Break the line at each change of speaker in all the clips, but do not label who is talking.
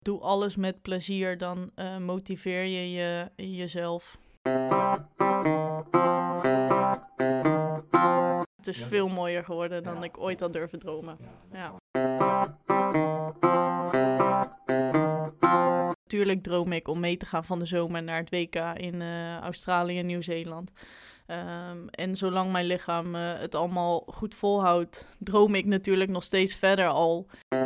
Doe alles met plezier, dan motiveer je jezelf. Het is veel mooier geworden dan ik ooit had durven dromen. Ja. Natuurlijk droom ik om mee te gaan van de zomer naar het WK in Australië en Nieuw-Zeeland. En zolang mijn lichaam het allemaal goed volhoudt, droom ik natuurlijk nog steeds verder al.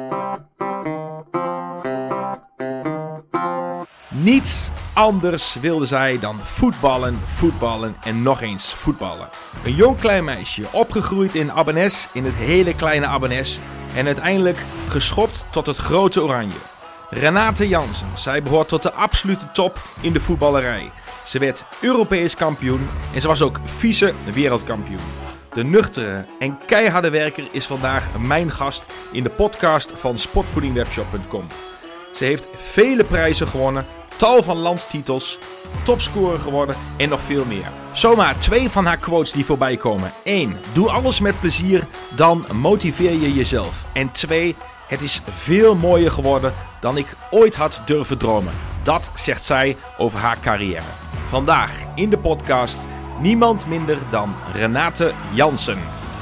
Niets anders wilde zij dan voetballen, voetballen en nog eens voetballen. Een jong klein meisje, opgegroeid in Abbenes, in het hele kleine Abbenes, en uiteindelijk geschopt tot het grote Oranje. Renate Jansen, zij behoort tot de absolute top in de voetballerij. Ze werd Europees kampioen en ze was ook vice wereldkampioen. De nuchtere en keiharde werker is vandaag mijn gast in de podcast van sportvoedingwebshop.com. Ze heeft vele prijzen gewonnen, tal van landstitels, topscorer geworden en nog veel meer. Zomaar 2 van haar quotes die voorbij komen. 1. Doe alles met plezier, dan motiveer je jezelf. En 2. Het is veel mooier geworden dan ik ooit had durven dromen. Dat zegt zij over haar carrière. Vandaag in de podcast niemand minder dan Renate Jansen.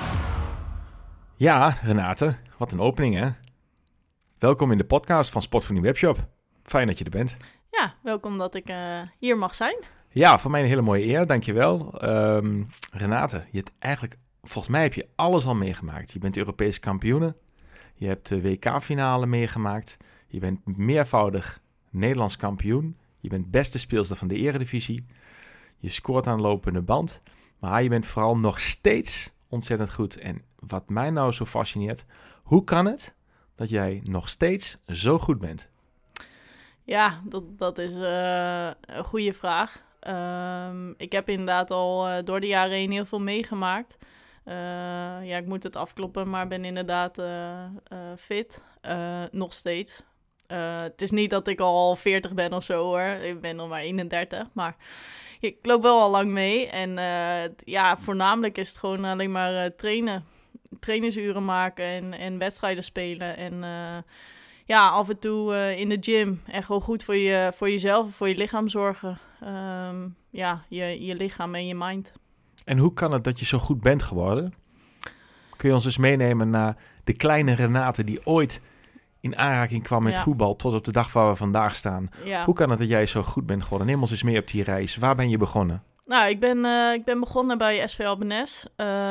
Ja, Renate, wat een opening hè. Welkom in de podcast van Sportvoeding Webshop. Fijn dat je er bent.
Ja, welkom dat ik hier mag zijn.
Ja, voor mij een hele mooie eer, dankjewel. Renate, volgens mij heb je alles al meegemaakt. Je bent Europese kampioene. Je hebt de WK-finale meegemaakt. Je bent meervoudig Nederlands kampioen. Je bent beste speelster van de eredivisie. Je scoort aan lopende band. Maar je bent vooral nog steeds ontzettend goed. En wat mij nou zo fascineert, hoe kan het dat jij nog steeds zo goed bent?
Ja, dat is een goede vraag. Ik heb inderdaad al door de jaren heen heel veel meegemaakt. Ja, ik moet het afkloppen, maar ben inderdaad fit. Nog steeds. Het is niet dat ik al 40 ben of zo hoor. Ik ben nog maar 31, maar ik loop wel al lang mee. En ja, voornamelijk is het gewoon alleen maar trainen. Trainingsuren maken en wedstrijden spelen. En ja, af en toe in de gym. En gewoon goed voor jezelf en voor je lichaam zorgen. Ja, je lichaam en je mind.
En hoe kan het dat je zo goed bent geworden? Kun je ons eens meenemen naar de kleine Renate die ooit in aanraking kwam met voetbal tot op de dag waar we vandaag staan. Ja. Hoe kan het dat jij zo goed bent geworden? Neem ons eens mee op die reis. Waar ben je begonnen?
Nou, ik ben begonnen bij SV Abbenes.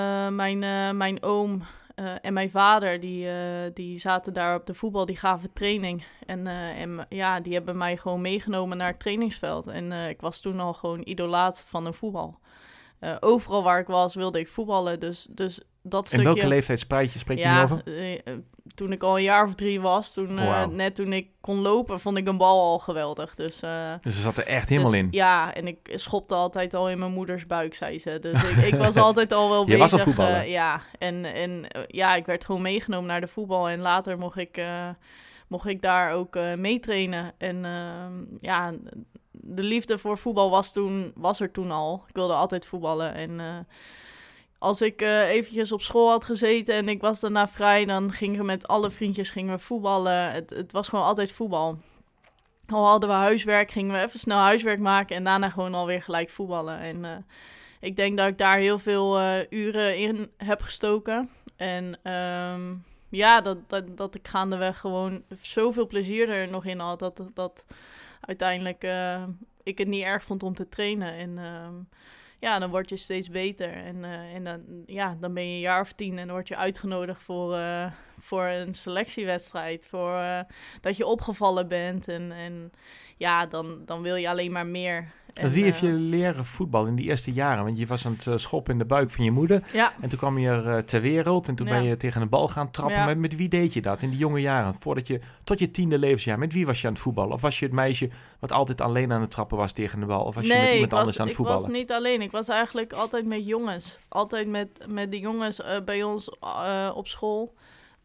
Mijn oom en mijn vader die zaten daar op de voetbal, die gaven training. En ja, die hebben mij gewoon meegenomen naar het trainingsveld. En ik was toen al gewoon idolaat van een voetbal. Overal waar ik was wilde ik voetballen, dus dat stukje...
En welke leeftijd spreek je nu over?
Toen ik al een jaar of 3 was, net toen ik kon lopen, vond ik een bal al geweldig. Dus er
zat er echt helemaal in?
Ja, en ik schopte altijd al in mijn moeders buik, zei ze. Dus ik was altijd al wel bezig.
Je was al voetballer?
Ja, en ja, ik werd gewoon meegenomen naar de voetbal. En later mocht ik daar ook meetrainen. En ja, de liefde voor voetbal was er toen al. Ik wilde altijd voetballen en... Als ik eventjes op school had gezeten en ik was daarna vrij, dan gingen we met alle vriendjes voetballen. Het was gewoon altijd voetbal. Al hadden we huiswerk, gingen we even snel huiswerk maken en daarna gewoon alweer gelijk voetballen. En ik denk dat ik daar heel veel uren in heb gestoken. En ja, dat ik gaandeweg gewoon zoveel plezier er nog in had, dat uiteindelijk ik het niet erg vond om te trainen. En... ja, dan word je steeds beter. En dan ben je een jaar of 10 en dan word je uitgenodigd voor een selectiewedstrijd. Dat je opgevallen bent. En ja, dan wil je alleen maar meer.
Wie heeft je leren voetballen in die eerste jaren? Want je was aan het schoppen in de buik van je moeder.
Ja.
En toen kwam je er ter wereld. En toen ben je tegen een bal gaan trappen.
Ja.
Maar met wie deed je dat in die jonge jaren? Tot je 10e levensjaar. Met wie was je aan het voetballen? Of was je het meisje wat altijd alleen aan het trappen was tegen de bal? Of was je met iemand anders aan het voetballen?
Nee, ik was niet alleen. Ik was eigenlijk altijd met jongens. Altijd met de jongens bij ons op school.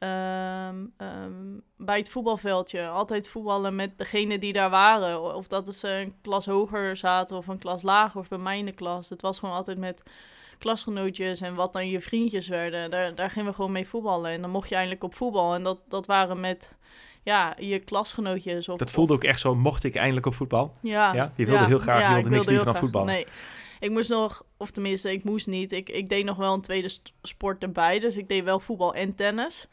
Bij het voetbalveldje. Altijd voetballen met degene die daar waren. Of dat ze een klas hoger zaten of een klas lager of bij mij in de klas. Het was gewoon altijd met klasgenootjes en wat dan je vriendjes werden. Daar gingen we gewoon mee voetballen. En dan mocht je eindelijk op voetbal. En dat waren met je klasgenootjes.
Dat voelde ook echt zo, mocht ik eindelijk op voetbal?
Ja.
Je wilde heel graag, je wilde niks liever dan voetbal.
Nee, ik moest nog, of tenminste, ik moest niet. Ik deed nog wel een tweede sport erbij, dus ik deed wel voetbal en tennis.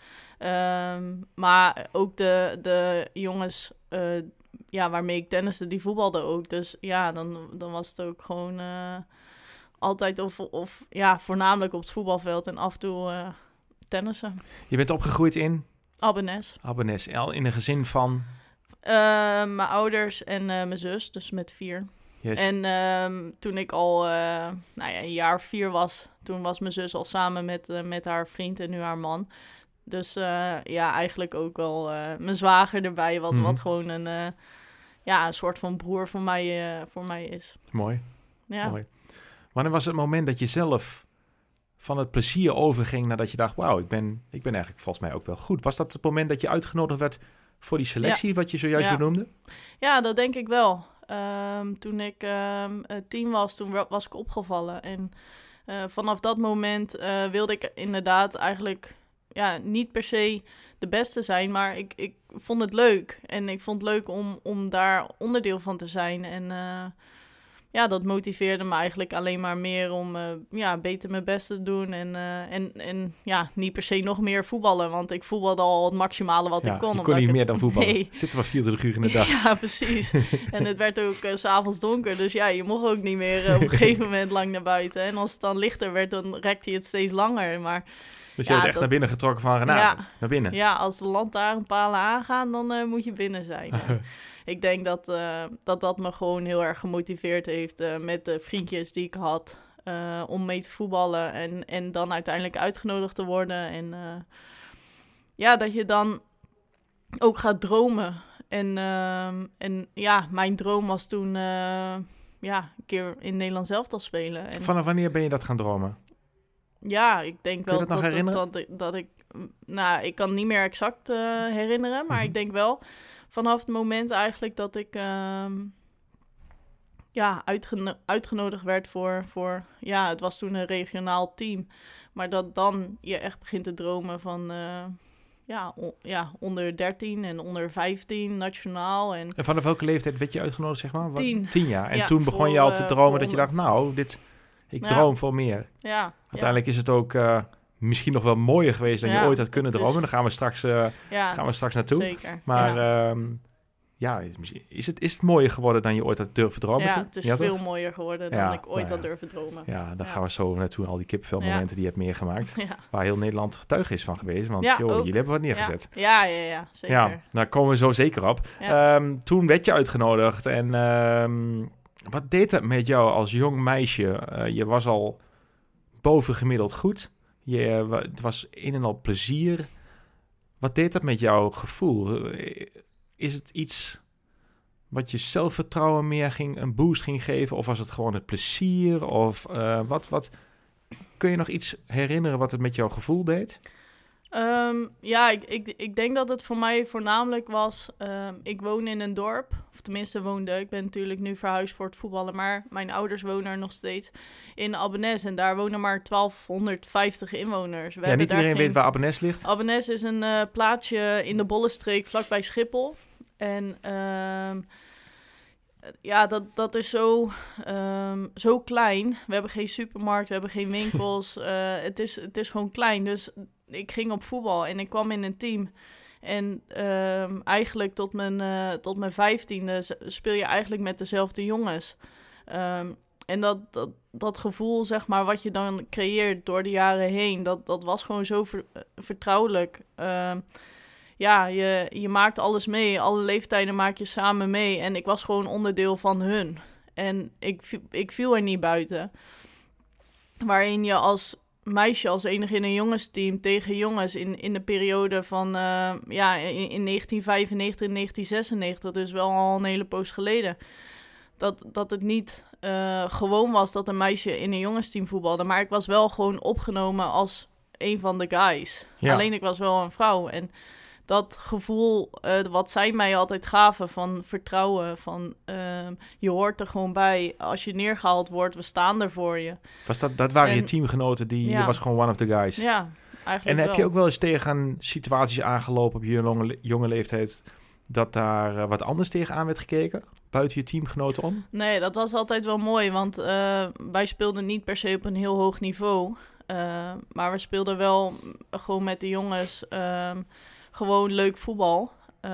Maar ook de jongens waarmee ik tenniste, die voetbalden ook. Dus ja, dan was het ook gewoon altijd voornamelijk op het voetbalveld en af en toe tennissen.
Je bent opgegroeid in?
Abbenes.
Abbenes, in een gezin van?
Mijn ouders en mijn zus, dus met 4.
Yes.
En toen ik al een jaar of 4 was, toen was mijn zus al samen met haar vriend en nu haar man. Dus eigenlijk ook wel mijn zwager erbij, wat gewoon een soort van broer voor mij is.
Mooi.
Ja.
Mooi. Wanneer was het moment dat je zelf van het plezier overging nadat je dacht, wauw, ik ben eigenlijk volgens mij ook wel goed. Was dat het moment dat je uitgenodigd werd voor die selectie, wat je zojuist benoemde?
Ja, dat denk ik wel. Toen ik 10 was, toen was ik opgevallen. En vanaf dat moment wilde ik inderdaad eigenlijk niet per se de beste zijn, maar ik vond het leuk. En ik vond het leuk om daar onderdeel van te zijn. En dat motiveerde me eigenlijk alleen maar meer om beter mijn best te doen. En niet per se nog meer voetballen, want ik voetbalde al het maximale wat ik kon.
Je kon niet meer dan voetballen.
Nee.
Zitten we 24 uur in de dag.
Ja, precies. En het werd ook 's avonds donker, dus ja, je mocht ook niet meer op een gegeven moment lang naar buiten. En als het dan lichter werd, dan rekte je het steeds langer, maar...
Dus je wordt echt naar binnen getrokken van Renate, naar binnen.
Ja, als de lantaarnpalen aangaan, dan moet je binnen zijn. Ik denk dat me gewoon heel erg gemotiveerd heeft met de vriendjes die ik had om mee te voetballen. En dan uiteindelijk uitgenodigd te worden. En dat je dan ook gaat dromen. En mijn droom was toen een keer in Nederland elftal spelen. En
vanaf wanneer ben je dat gaan dromen?
Ja, ik denk wel
dat
ik... Nou, ik kan niet meer exact herinneren, maar ik denk wel vanaf het moment eigenlijk dat ik uitgenodigd werd voor... Ja, het was toen een regionaal team. Maar dat dan je echt begint te dromen van... onder 13 en onder 15 nationaal. En
vanaf welke leeftijd werd je uitgenodigd, zeg maar?
10.
10 jaar. En toen begon je al te dromen dat je dacht, nou, ik droom voor meer.
Ja.
Uiteindelijk is het ook misschien nog wel mooier geweest dan je ooit had kunnen dromen. Daar gaan we straks naartoe.
Zeker.
Maar is het mooier geworden dan je ooit had durven dromen?
Ja, het is veel mooier geworden dan ik ooit had durven dromen.
Ja, daar gaan we zo naartoe. Al die kippenvelmomenten die je hebt meegemaakt.
Ja.
Waar heel Nederland getuige is van geweest. Want jullie hebben wat neergezet.
Ja, zeker.
Ja, daar komen we zo zeker op.
Ja.
Toen werd je uitgenodigd. En wat deed dat met jou als jong meisje? Je was al bovengemiddeld goed. Het was een en al plezier. Wat deed dat met jouw gevoel? Is het iets wat je zelfvertrouwen meer een boost ging geven? Of was het gewoon het plezier? Of wat? Kun je nog iets herinneren wat het met jouw gevoel deed?
Ik denk dat het voor mij voornamelijk was... ik woon in een dorp, of tenminste woonde. Ik ben natuurlijk nu verhuisd voor het voetballen... maar mijn ouders wonen er nog steeds in Abbenes. En daar wonen maar 1250 inwoners.
Niet iedereen weet waar Abbenes ligt.
Abbenes is een plaatsje in de Bollenstreek vlakbij Schiphol. En dat is zo klein. We hebben geen supermarkt, we hebben geen winkels. Het is gewoon klein, dus... Ik ging op voetbal en ik kwam in een team. En eigenlijk tot mijn 15e speel je eigenlijk met dezelfde jongens. En dat gevoel, zeg maar, wat je dan creëert door de jaren heen... dat was gewoon zo vertrouwelijk. Je maakt alles mee. Alle leeftijden maak je samen mee. En ik was gewoon onderdeel van hun. En ik viel er niet buiten. Waarin je als... meisje als enige in een jongensteam tegen jongens in de periode van in 1995 en 1996, dus wel al een hele poos geleden. Dat het niet gewoon was dat een meisje in een jongensteam voetbalde, maar ik was wel gewoon opgenomen als een van de guys. Ja. Alleen ik was wel een vrouw en dat gevoel wat zij mij altijd gaven van vertrouwen, van je hoort er gewoon bij. Als je neergehaald wordt, we staan er voor je.
Dat waren je teamgenoten, je was gewoon one of the guys.
Ja, eigenlijk
En heb je
wel.
ook wel eens tegen situaties aangelopen op je jonge leeftijd dat daar wat anders tegenaan werd gekeken? Buiten je teamgenoten om?
Nee, dat was altijd wel mooi, want wij speelden niet per se op een heel hoog niveau. Maar we speelden wel gewoon met de jongens gewoon leuk voetbal.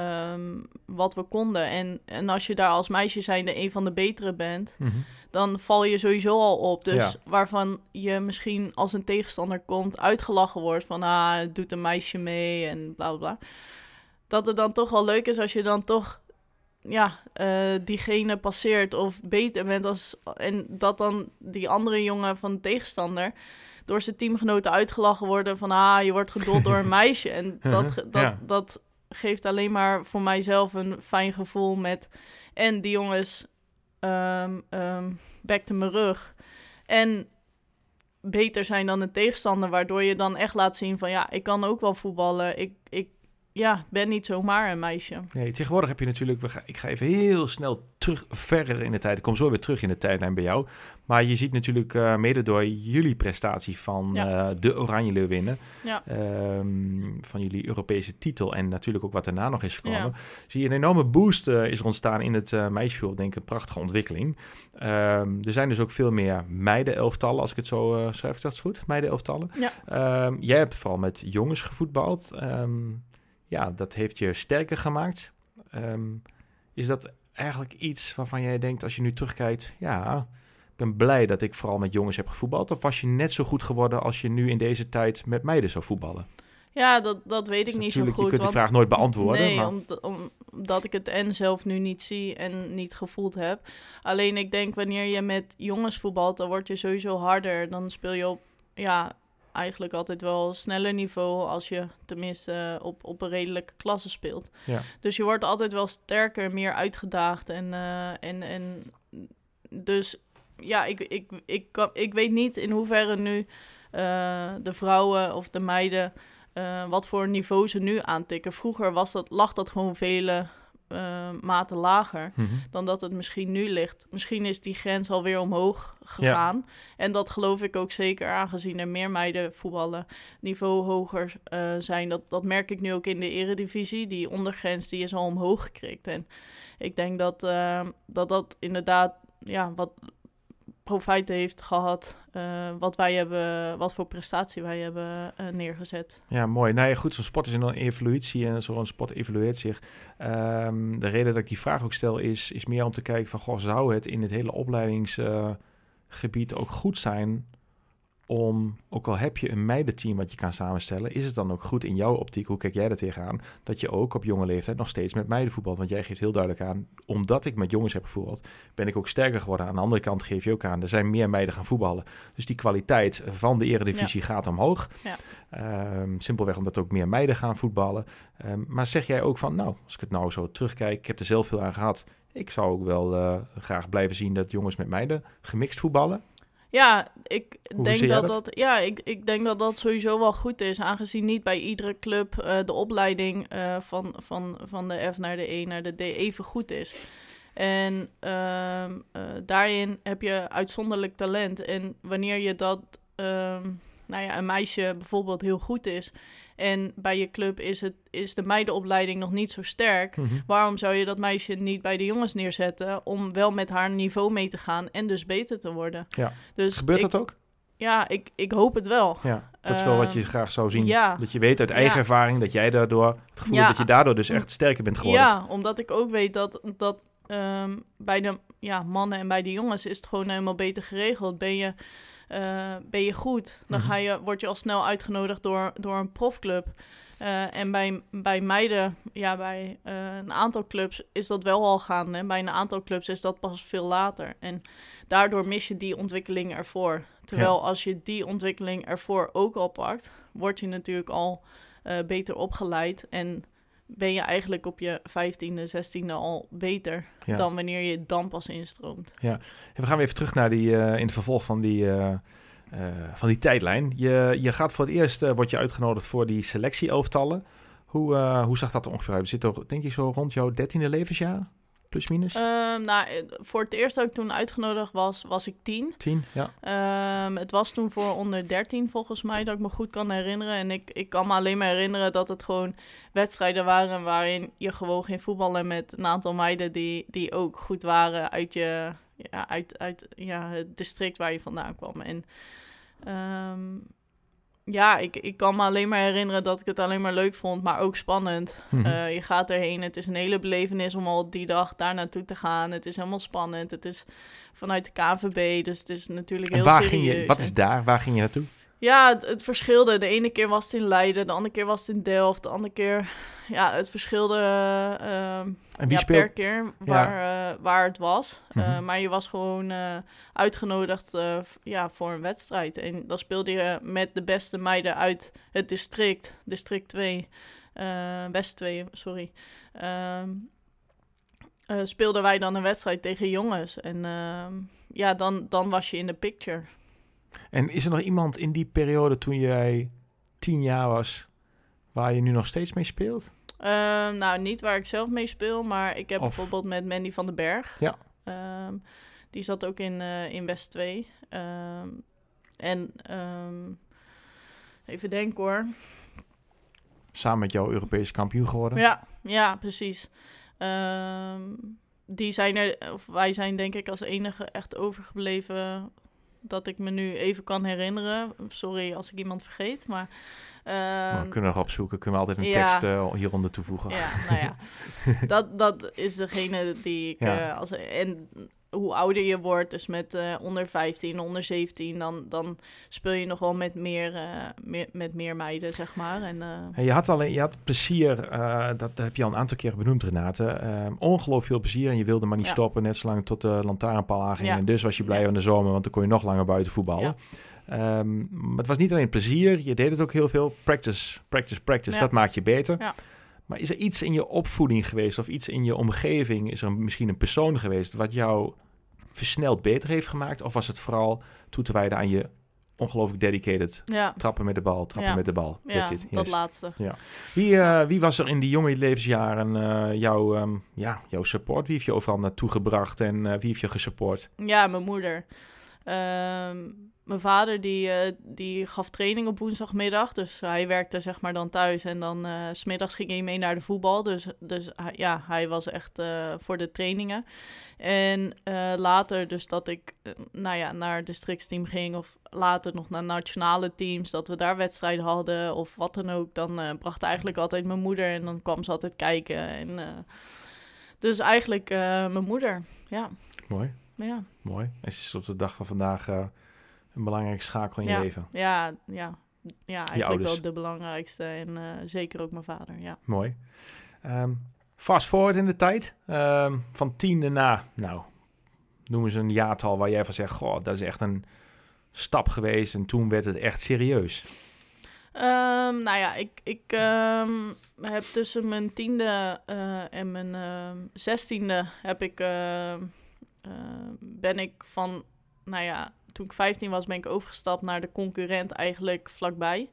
Wat we konden. En als je daar als meisje zijnde een van de betere bent, dan val je sowieso al op. Dus waarvan je misschien als een tegenstander komt uitgelachen wordt van het doet een meisje mee en bla bla bla. Dat het dan toch wel leuk is als je dan toch diegene passeert of beter bent en dat dan die andere jongen van de tegenstander door zijn teamgenoten uitgelachen worden van je wordt gedold door een meisje. En dat geeft alleen maar voor mijzelf een fijn gevoel met en die jongens backten mijn rug en beter zijn dan de tegenstander, waardoor je dan echt laat zien van ik kan ook wel voetballen. Ik ben niet zomaar een meisje.
Nee, tegenwoordig heb je natuurlijk... Ik ga even heel snel verder in de tijd. Ik kom zo weer terug in de tijdlijn bij jou. Maar je ziet natuurlijk mede door jullie prestatie van de Oranje Leeuwinnen. Ja. Van jullie Europese titel. En natuurlijk ook wat daarna nog is gekomen. Ja. Zie je een enorme boost is er ontstaan in het meisjesvoetbal. Denk ik een prachtige ontwikkeling. Er zijn dus ook veel meer meiden-elftallen. Als ik het zo schrijf, is dat goed? Meiden-elftallen. Ja. Jij hebt vooral met jongens gevoetbald. Dat heeft je sterker gemaakt. Is dat eigenlijk iets waarvan jij denkt, als je nu terugkijkt, ik ben blij dat ik vooral met jongens heb gevoetbald? Of was je net zo goed geworden als je nu in deze tijd met meiden zou voetballen?
Ja, dat weet ik niet zo goed.
Je kunt die vraag nooit beantwoorden.
Nee, maar omdat ik het zelf nu niet zie en niet gevoeld heb. Alleen ik denk, wanneer je met jongens voetbalt, dan word je sowieso harder. Dan speel je op, eigenlijk altijd wel sneller niveau als je tenminste op een redelijke klasse speelt. Ja. Dus je wordt altijd wel sterker, meer uitgedaagd. En dus ik weet niet in hoeverre nu de vrouwen of de meiden wat voor niveau ze nu aantikken. Vroeger lag dat gewoon vele maten lager dan dat het misschien nu ligt. Misschien is die grens alweer omhoog gegaan. Ja. En dat geloof ik ook zeker, aangezien er meer meiden voetballen niveau hoger zijn. Dat merk ik nu ook in de eredivisie. Die ondergrens die is al omhoog gekrikt. En ik denk dat inderdaad wat profijt heeft gehad wat voor prestatie wij hebben neergezet.
Ja, mooi. Nou ja, goed, zo'n sport is in een evolutie en zo'n sport evolueert zich. De reden dat ik die vraag ook stel is meer om te kijken van, zou het in het hele opleidingsgebied ook goed zijn om, ook al heb je een meidenteam wat je kan samenstellen, is het dan ook goed in jouw optiek, hoe kijk jij daar tegenaan, dat je ook op jonge leeftijd nog steeds met meiden voetbalt? Want jij geeft heel duidelijk aan, omdat ik met jongens heb gevoetbald, ben ik ook sterker geworden. Aan de andere kant geef je ook aan, er zijn meer meiden gaan voetballen. Dus die kwaliteit van de eredivisie gaat omhoog. Ja. Simpelweg omdat er ook meer meiden gaan voetballen. Maar zeg jij ook van, als ik het nou zo terugkijk, ik heb er zelf veel aan gehad. Ik zou ook wel graag blijven zien dat jongens met meiden gemixt voetballen.
Ja, ik denk dat dat sowieso wel goed is, aangezien niet bij iedere club de opleiding van de F naar de E naar de D even goed is. En daarin heb je uitzonderlijk talent. En wanneer je dat, een meisje bijvoorbeeld heel goed is en bij je club is de meidenopleiding nog niet zo sterk. Waarom zou je dat meisje niet bij de jongens neerzetten om wel met haar niveau mee te gaan en dus beter te worden? Ja. Dus
gebeurt dat ook?
Ja, ik hoop het wel.
Ja, dat is wel wat je graag zou zien. Ja. Dat je weet uit eigen ervaring dat jij daardoor het gevoel dat je daardoor dus echt sterker bent geworden.
Ja, omdat ik ook weet dat bij de mannen en bij de jongens is het gewoon helemaal beter geregeld. Ben je goed, dan word je al snel uitgenodigd door een profclub. En bij meiden, bij een aantal clubs is dat wel al gaande. Bij een aantal clubs is dat pas veel later. En daardoor mis je die ontwikkeling ervoor. Terwijl als je die ontwikkeling ervoor ook al pakt, word je natuurlijk al beter opgeleid. En ben je eigenlijk op je 15e, 16e al beter dan wanneer je dan pas instroomt. Ja,
en we gaan weer even terug naar in het vervolg van die tijdlijn. Je gaat voor het eerst, word je uitgenodigd voor die selectie-elftallen. Hoe zag dat er ongeveer uit? Zit er, denk ik, zo rond jouw 13e levensjaar? plus minus?
Voor het eerst dat ik toen uitgenodigd was ik 10.
10, ja.
Het was toen voor onder 13 volgens mij, dat ik me goed kan herinneren. En ik kan me alleen maar herinneren dat het gewoon wedstrijden waren waarin je gewoon ging voetballen met een aantal meiden die ook goed waren uit het district waar je vandaan kwam. En ik kan me alleen maar herinneren dat ik het alleen maar leuk vond, maar ook spannend. Je gaat erheen, het is een hele belevenis om al die dag daar naartoe te gaan. Het is helemaal spannend, het is vanuit de KNVB, dus het is natuurlijk heel serieus.
Wat is daar? Waar ging je naartoe?
Ja, het verschilde. De ene keer was het in Leiden, de andere keer was het in Delft. De andere keer, het verschilde per keer waar het was. Maar je was gewoon uitgenodigd voor een wedstrijd. En dan speelde je met de beste meiden uit het district 2, West 2, sorry. Speelden wij dan een wedstrijd tegen jongens. En dan was je in de picture.
En is er nog iemand in die periode toen jij 10 jaar was, waar je nu nog steeds mee speelt?
Niet waar ik zelf mee speel, maar ik heb bijvoorbeeld met Mandy van den Berg.
Ja.
Die zat ook in West 2. Even denken hoor.
Samen met jou Europees kampioen geworden?
Ja, precies. Wij zijn denk ik als enige echt overgebleven dat ik me nu even kan herinneren. Sorry als ik iemand vergeet, maar...
we kunnen nog opzoeken. Kunnen we altijd een tekst hieronder toevoegen.
Ja, dat is degene die ik... en hoe ouder je wordt, dus met onder 15, onder 17... dan speel je nog wel met meer meiden, zeg maar. En
je had plezier, dat heb je al een aantal keer benoemd, Renate. Ongelooflijk veel plezier en je wilde maar niet stoppen, net zolang tot de lantaarnpaal aanging. Ja. En dus was je blij in de zomer, want dan kon je nog langer buiten voetballen. Ja. Maar het was niet alleen plezier, je deed het ook heel veel. Practice, dat maakt je beter. Ja. Maar is er iets in je opvoeding geweest of iets in je omgeving? Is er misschien een persoon geweest wat jou versneld beter heeft gemaakt? Of was het vooral toe te wijden aan je ongelooflijk dedicated trappen met de bal? That's it. Yes.
Dat laatste.
Ja. Wie was er in die jonge levensjaren jouw support? Wie heeft je overal naartoe gebracht en wie heeft je gesupport?
Ja, mijn moeder. Mijn vader die gaf training op woensdagmiddag. Dus hij werkte zeg maar dan thuis. En dan 's middags ging hij mee naar de voetbal. Dus hij was echt voor de trainingen. En later dus dat ik naar het districtsteam ging. Of later nog naar nationale teams. Dat we daar wedstrijden hadden of wat dan ook. Dan bracht eigenlijk altijd mijn moeder. En dan kwam ze altijd kijken. En, dus eigenlijk mijn moeder, ja.
Mooi.
Ja.
Mooi. En ze is op de dag van vandaag... een belangrijke schakel in je leven.
Ja, eigenlijk wel de belangrijkste. En zeker ook mijn vader, ja.
Mooi. Fast forward in de tijd. Van 10 naar, noem eens een jaartal waar jij van zegt... Goh, dat is echt een stap geweest en toen werd het echt serieus.
Ik heb tussen mijn 10e en mijn 16e ben ik van... toen ik 15 was, ben ik overgestapt naar de concurrent eigenlijk vlakbij.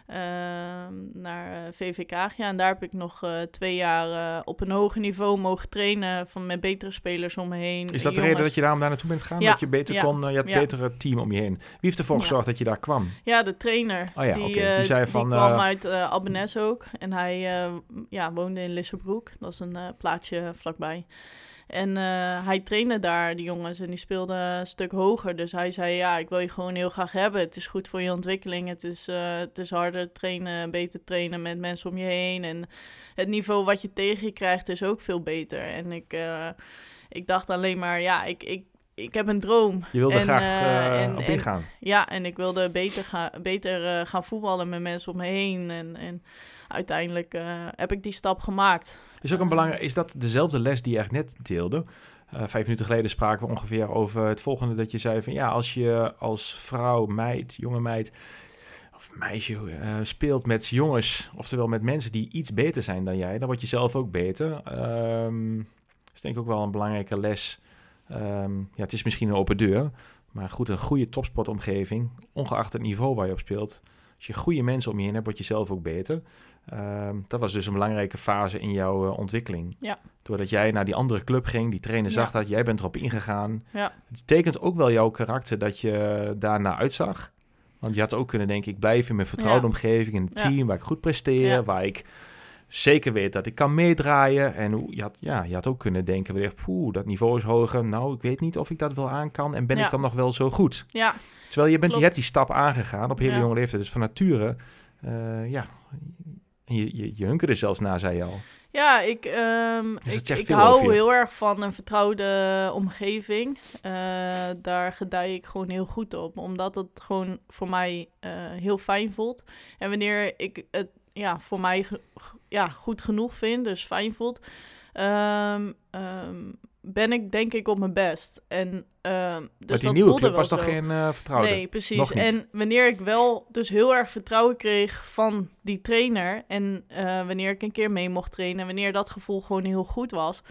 Naar VV Kagia. En daar heb ik nog 2 jaar op een hoger niveau mogen trainen met betere spelers om me heen.
Is dat de reden dat je daarom daar naartoe bent gegaan?
Ja,
dat je beter kon, je had een betere team om je heen. Wie heeft ervoor gezorgd dat je daar kwam?
Ja, de trainer.
Die zei van...
Die kwam uit Abbenes ook. En hij woonde in Lissabroek. Dat is een plaatsje vlakbij. En hij trainde daar, die jongens, en die speelden een stuk hoger. Dus hij zei, ik wil je gewoon heel graag hebben. Het is goed voor je ontwikkeling. Het is harder trainen, beter trainen met mensen om je heen. En het niveau wat je tegen je krijgt is ook veel beter. En ik dacht alleen maar, ik heb een droom.
Je wilde graag op ingaan.
En ik wilde beter gaan voetballen met mensen om me heen. En uiteindelijk heb ik die stap gemaakt.
Is dat dezelfde les die je echt net deelde? 5 minuten geleden spraken we ongeveer over het volgende. Dat je zei van als je als vrouw, meid, jonge meid of meisje speelt met jongens, oftewel met mensen die iets beter zijn dan jij, dan word je zelf ook beter. Dat is denk ik ook wel een belangrijke les. Het is misschien een open deur, maar goed, een goede topsportomgeving, ongeacht het niveau waar je op speelt, Als je goede mensen om je heen hebt, word je zelf ook beter. Dat was dus een belangrijke fase in jouw ontwikkeling.
Ja.
Doordat jij naar die andere club ging, die trainer zag dat, jij bent erop ingegaan.
Ja.
Het tekent ook wel jouw karakter dat je daarna uitzag. Want je had ook kunnen denken, ik blijf in mijn vertrouwde omgeving, in een team waar ik goed presteer, waar ik zeker weet dat ik kan meedraaien. En je had ook kunnen denken, dat niveau is hoger. Nou, ik weet niet of ik dat wel aan kan en ben ik dan nog wel zo goed.
Ja.
Terwijl je hebt die stap aangegaan op hele jonge leeftijd. Dus van nature, je hunkerde zelfs na, zei je al.
Ja, ik hou heel erg van een vertrouwde omgeving. Daar gedij ik gewoon heel goed op. Omdat het gewoon voor mij heel fijn voelt. En wanneer ik het voor mij goed genoeg vind, dus fijn voelt, ben ik denk ik op mijn best. En, dus
maar die
dat
nieuwe club was
zo.
toch geen vertrouwde?
Nee, precies. En wanneer ik wel dus heel erg vertrouwen kreeg van die trainer en wanneer ik een keer mee mocht trainen, wanneer dat gevoel gewoon heel goed was.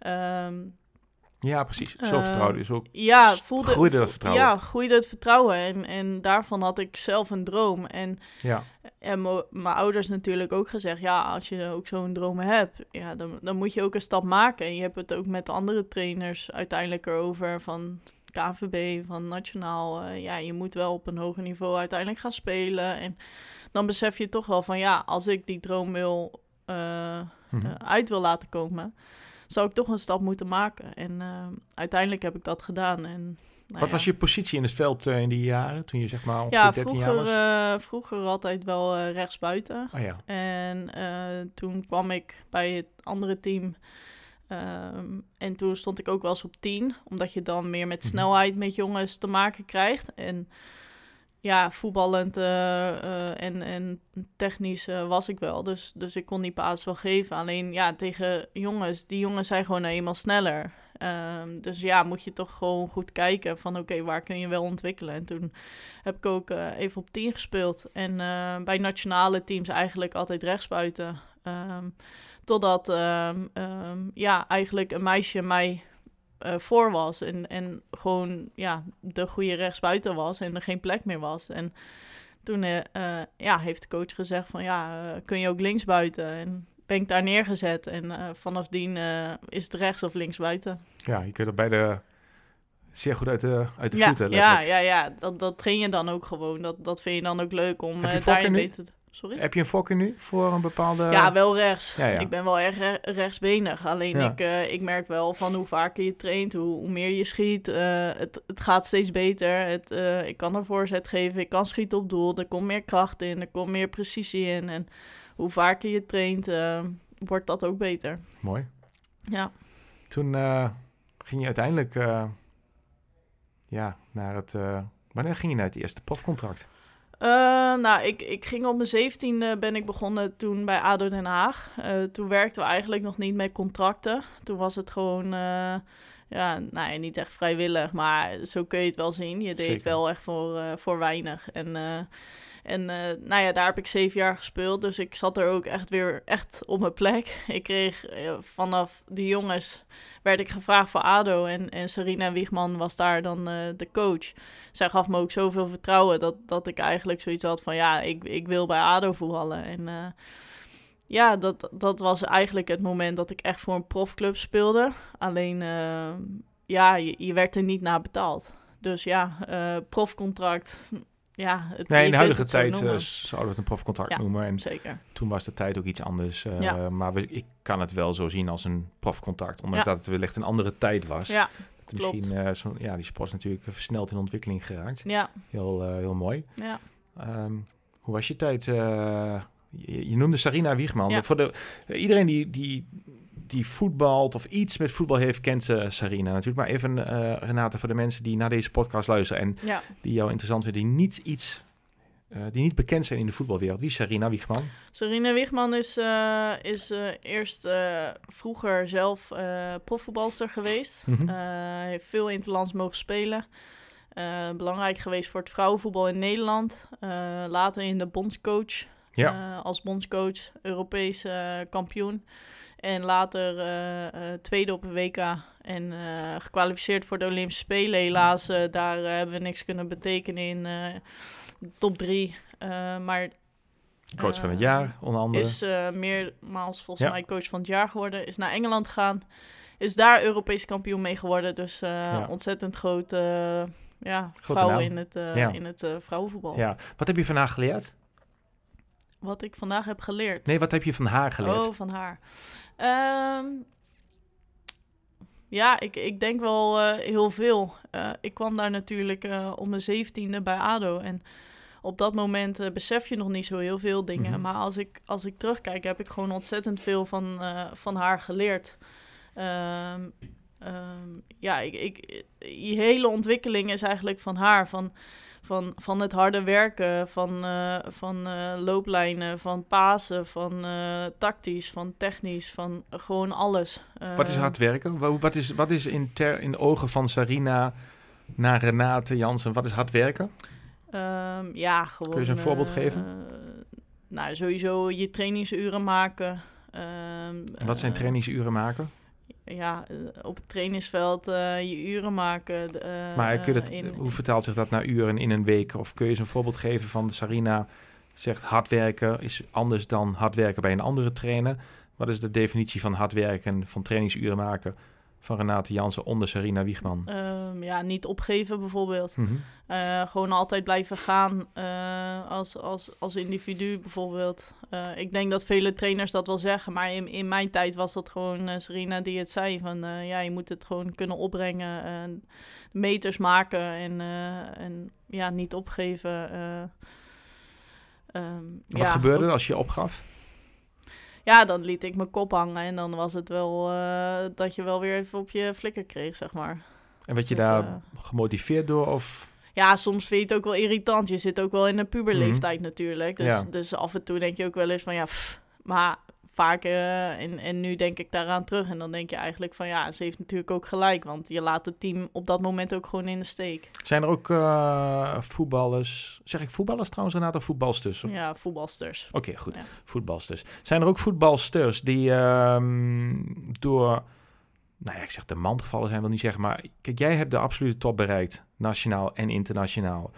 Ja, precies. Zo vertrouwde is ook.
Ja,
groeide dat vertrouwen.
Ja, groeide het vertrouwen. En daarvan had ik zelf een droom. En mijn ouders natuurlijk ook gezegd, als je ook zo'n droom hebt, dan moet je ook een stap maken. En je hebt het ook met de andere trainers uiteindelijk erover van KNVB, van nationaal. Je moet wel op een hoger niveau uiteindelijk gaan spelen. En dan besef je toch wel van, als ik die droom wil uit wil laten komen, zou ik toch een stap moeten maken. En uiteindelijk heb ik dat gedaan. En,
wat was je positie in het veld in die jaren, toen je zeg maar ongeveer 13 jaar was?
Vroeger altijd wel rechtsbuiten.
Oh, ja.
En toen kwam ik bij het andere team. En toen stond ik ook wel eens op 10. Omdat je dan meer met snelheid met jongens te maken krijgt. En voetballend en technisch was ik wel. Dus ik kon die paas wel geven. Alleen tegen jongens, die jongens zijn gewoon eenmaal sneller. Dus moet je toch gewoon goed kijken van oké, waar kun je wel ontwikkelen. En toen heb ik ook even op 10 gespeeld. En bij nationale teams eigenlijk altijd rechtsbuiten. Totdat eigenlijk een meisje mij voor was en gewoon de goede rechtsbuiten was en er geen plek meer was. En toen heeft de coach gezegd van kun je ook linksbuiten? En ben ik daar neergezet en vanaf die is het rechts of linksbuiten. Ja,
je kunt er beide zeer goed uit de voeten.
Ja, dat train je dan ook gewoon. Dat vind je dan ook leuk om daarin beter te... Sorry?
Heb je een voorkeur nu voor een bepaalde...
Ja, wel rechts.
Ja.
Ik ben wel erg rechtsbenig. Alleen ik merk wel van hoe vaker je traint, hoe meer je schiet. Het gaat steeds beter. Ik kan een voorzet geven, ik kan schieten op doel. Er komt meer kracht in, er komt meer precisie in. En hoe vaker je traint, wordt dat ook beter.
Mooi.
Ja.
Toen ging je uiteindelijk naar het... wanneer ging je naar het eerste profcontract?
Ik ging op mijn 17e ben ik begonnen toen bij ADO Den Haag. Toen werkten we eigenlijk nog niet met contracten. Toen was het gewoon, niet echt vrijwillig, maar zo kun je het wel zien. Je deed het wel echt voor weinig. En daar heb ik 7 jaar gespeeld, dus ik zat er ook echt op mijn plek. Ik kreeg vanaf de jongens, werd ik gevraagd voor ADO en Sarina Wiegman was daar dan de coach. Zij gaf me ook zoveel vertrouwen dat ik eigenlijk zoiets had van ik wil bij ADO voetballen. En dat was eigenlijk het moment dat ik echt voor een profclub speelde. Alleen, je werd er niet naar betaald. Dus profcontract...
in de huidige tijd zouden we het een profcontract noemen. En
zeker.
Toen was de tijd ook iets anders. Maar ik kan het wel zo zien als een profcontract. Ondanks dat het wellicht een andere tijd was. Ja, klopt. Misschien, die sport is natuurlijk versneld in ontwikkeling geraakt. Ja. Heel mooi. Ja. Hoe was je tijd? Je noemde Sarina Wiegman. Ja. Voor iedereen die voetbalt of iets met voetbal heeft, kent Sarina natuurlijk. Maar even, Renate, voor de mensen die naar deze podcast luisteren en die jou interessant vinden, die niet bekend zijn in de voetbalwereld. Wie is Sarina Wiegman?
Sarina Wiegman is eerst vroeger zelf profvoetbalster geweest. Heeft veel interlands mogen spelen. Belangrijk geweest voor het vrouwenvoetbal in Nederland. Later in de bondscoach. Als bondscoach, Europees kampioen. En later tweede op een WK en gekwalificeerd voor de Olympische Spelen. Helaas, daar hebben we niks kunnen betekenen in top 3. Maar
Coach van het jaar, onder andere.
Is meermaals volgens mij coach van het jaar geworden. Is naar Engeland gegaan. Is daar Europees kampioen mee geworden. Dus ontzettend grote vrouw in het vrouwenvoetbal.
Ja. Wat heb je van haar geleerd?
Wat ik vandaag heb geleerd?
Nee, wat heb je van haar geleerd?
Oh, van haar. Ik denk wel heel veel. Ik kwam daar natuurlijk om mijn 17e bij ADO. En op dat moment besef je nog niet zo heel veel dingen. Mm-hmm. Maar als ik terugkijk, heb ik gewoon ontzettend veel van haar geleerd. Je hele ontwikkeling is eigenlijk van haar. Van het harde werken, van looplijnen, van pasen, van tactisch, van technisch, van gewoon alles.
Wat is hard werken? Wat is in de ogen van Sarina naar Renate Jansen, wat is hard werken?
Gewoon...
Kun je ze een voorbeeld geven?
Sowieso je trainingsuren maken.
Wat zijn trainingsuren maken?
Op het trainingsveld je uren maken.
Maar hoe vertaalt zich dat naar uren in een week? Of kun je eens een voorbeeld geven van Sarina zegt hard werken is anders dan hard werken bij een andere trainer. Wat is de definitie van hard werken, van trainingsuren maken van Renate Jansen onder Sarina Wiegman?
Niet opgeven bijvoorbeeld.
Mm-hmm.
Gewoon altijd blijven gaan als individu bijvoorbeeld. Ik denk dat vele trainers dat wel zeggen, maar in mijn tijd was dat gewoon Sarina die het zei. Van je moet het gewoon kunnen opbrengen, meters maken en niet opgeven.
Wat gebeurde er als je opgaf?
Ja, dan liet ik mijn kop hangen en dan was het wel dat je wel weer even op je flikker kreeg, zeg maar.
En werd je daar gemotiveerd door of...
Ja, soms vind je het ook wel irritant. Je zit ook wel in een puberleeftijd natuurlijk. Dus af en toe denk je ook wel eens van maar vaak en nu denk ik daaraan terug. En dan denk je eigenlijk van ze heeft natuurlijk ook gelijk. Want je laat het team op dat moment ook gewoon in de steek.
Zijn er ook voetballers... Zeg ik voetballers trouwens, Renate, of voetbalsters? Of...
Ja, voetbalsters.
Oké, goed. Ja. Voetbalsters. Zijn er ook voetbalsters die door... ik zeg de mand gevallen zijn, wil niet zeggen. Maar kijk, jij hebt de absolute top bereikt. Nationaal en internationaal.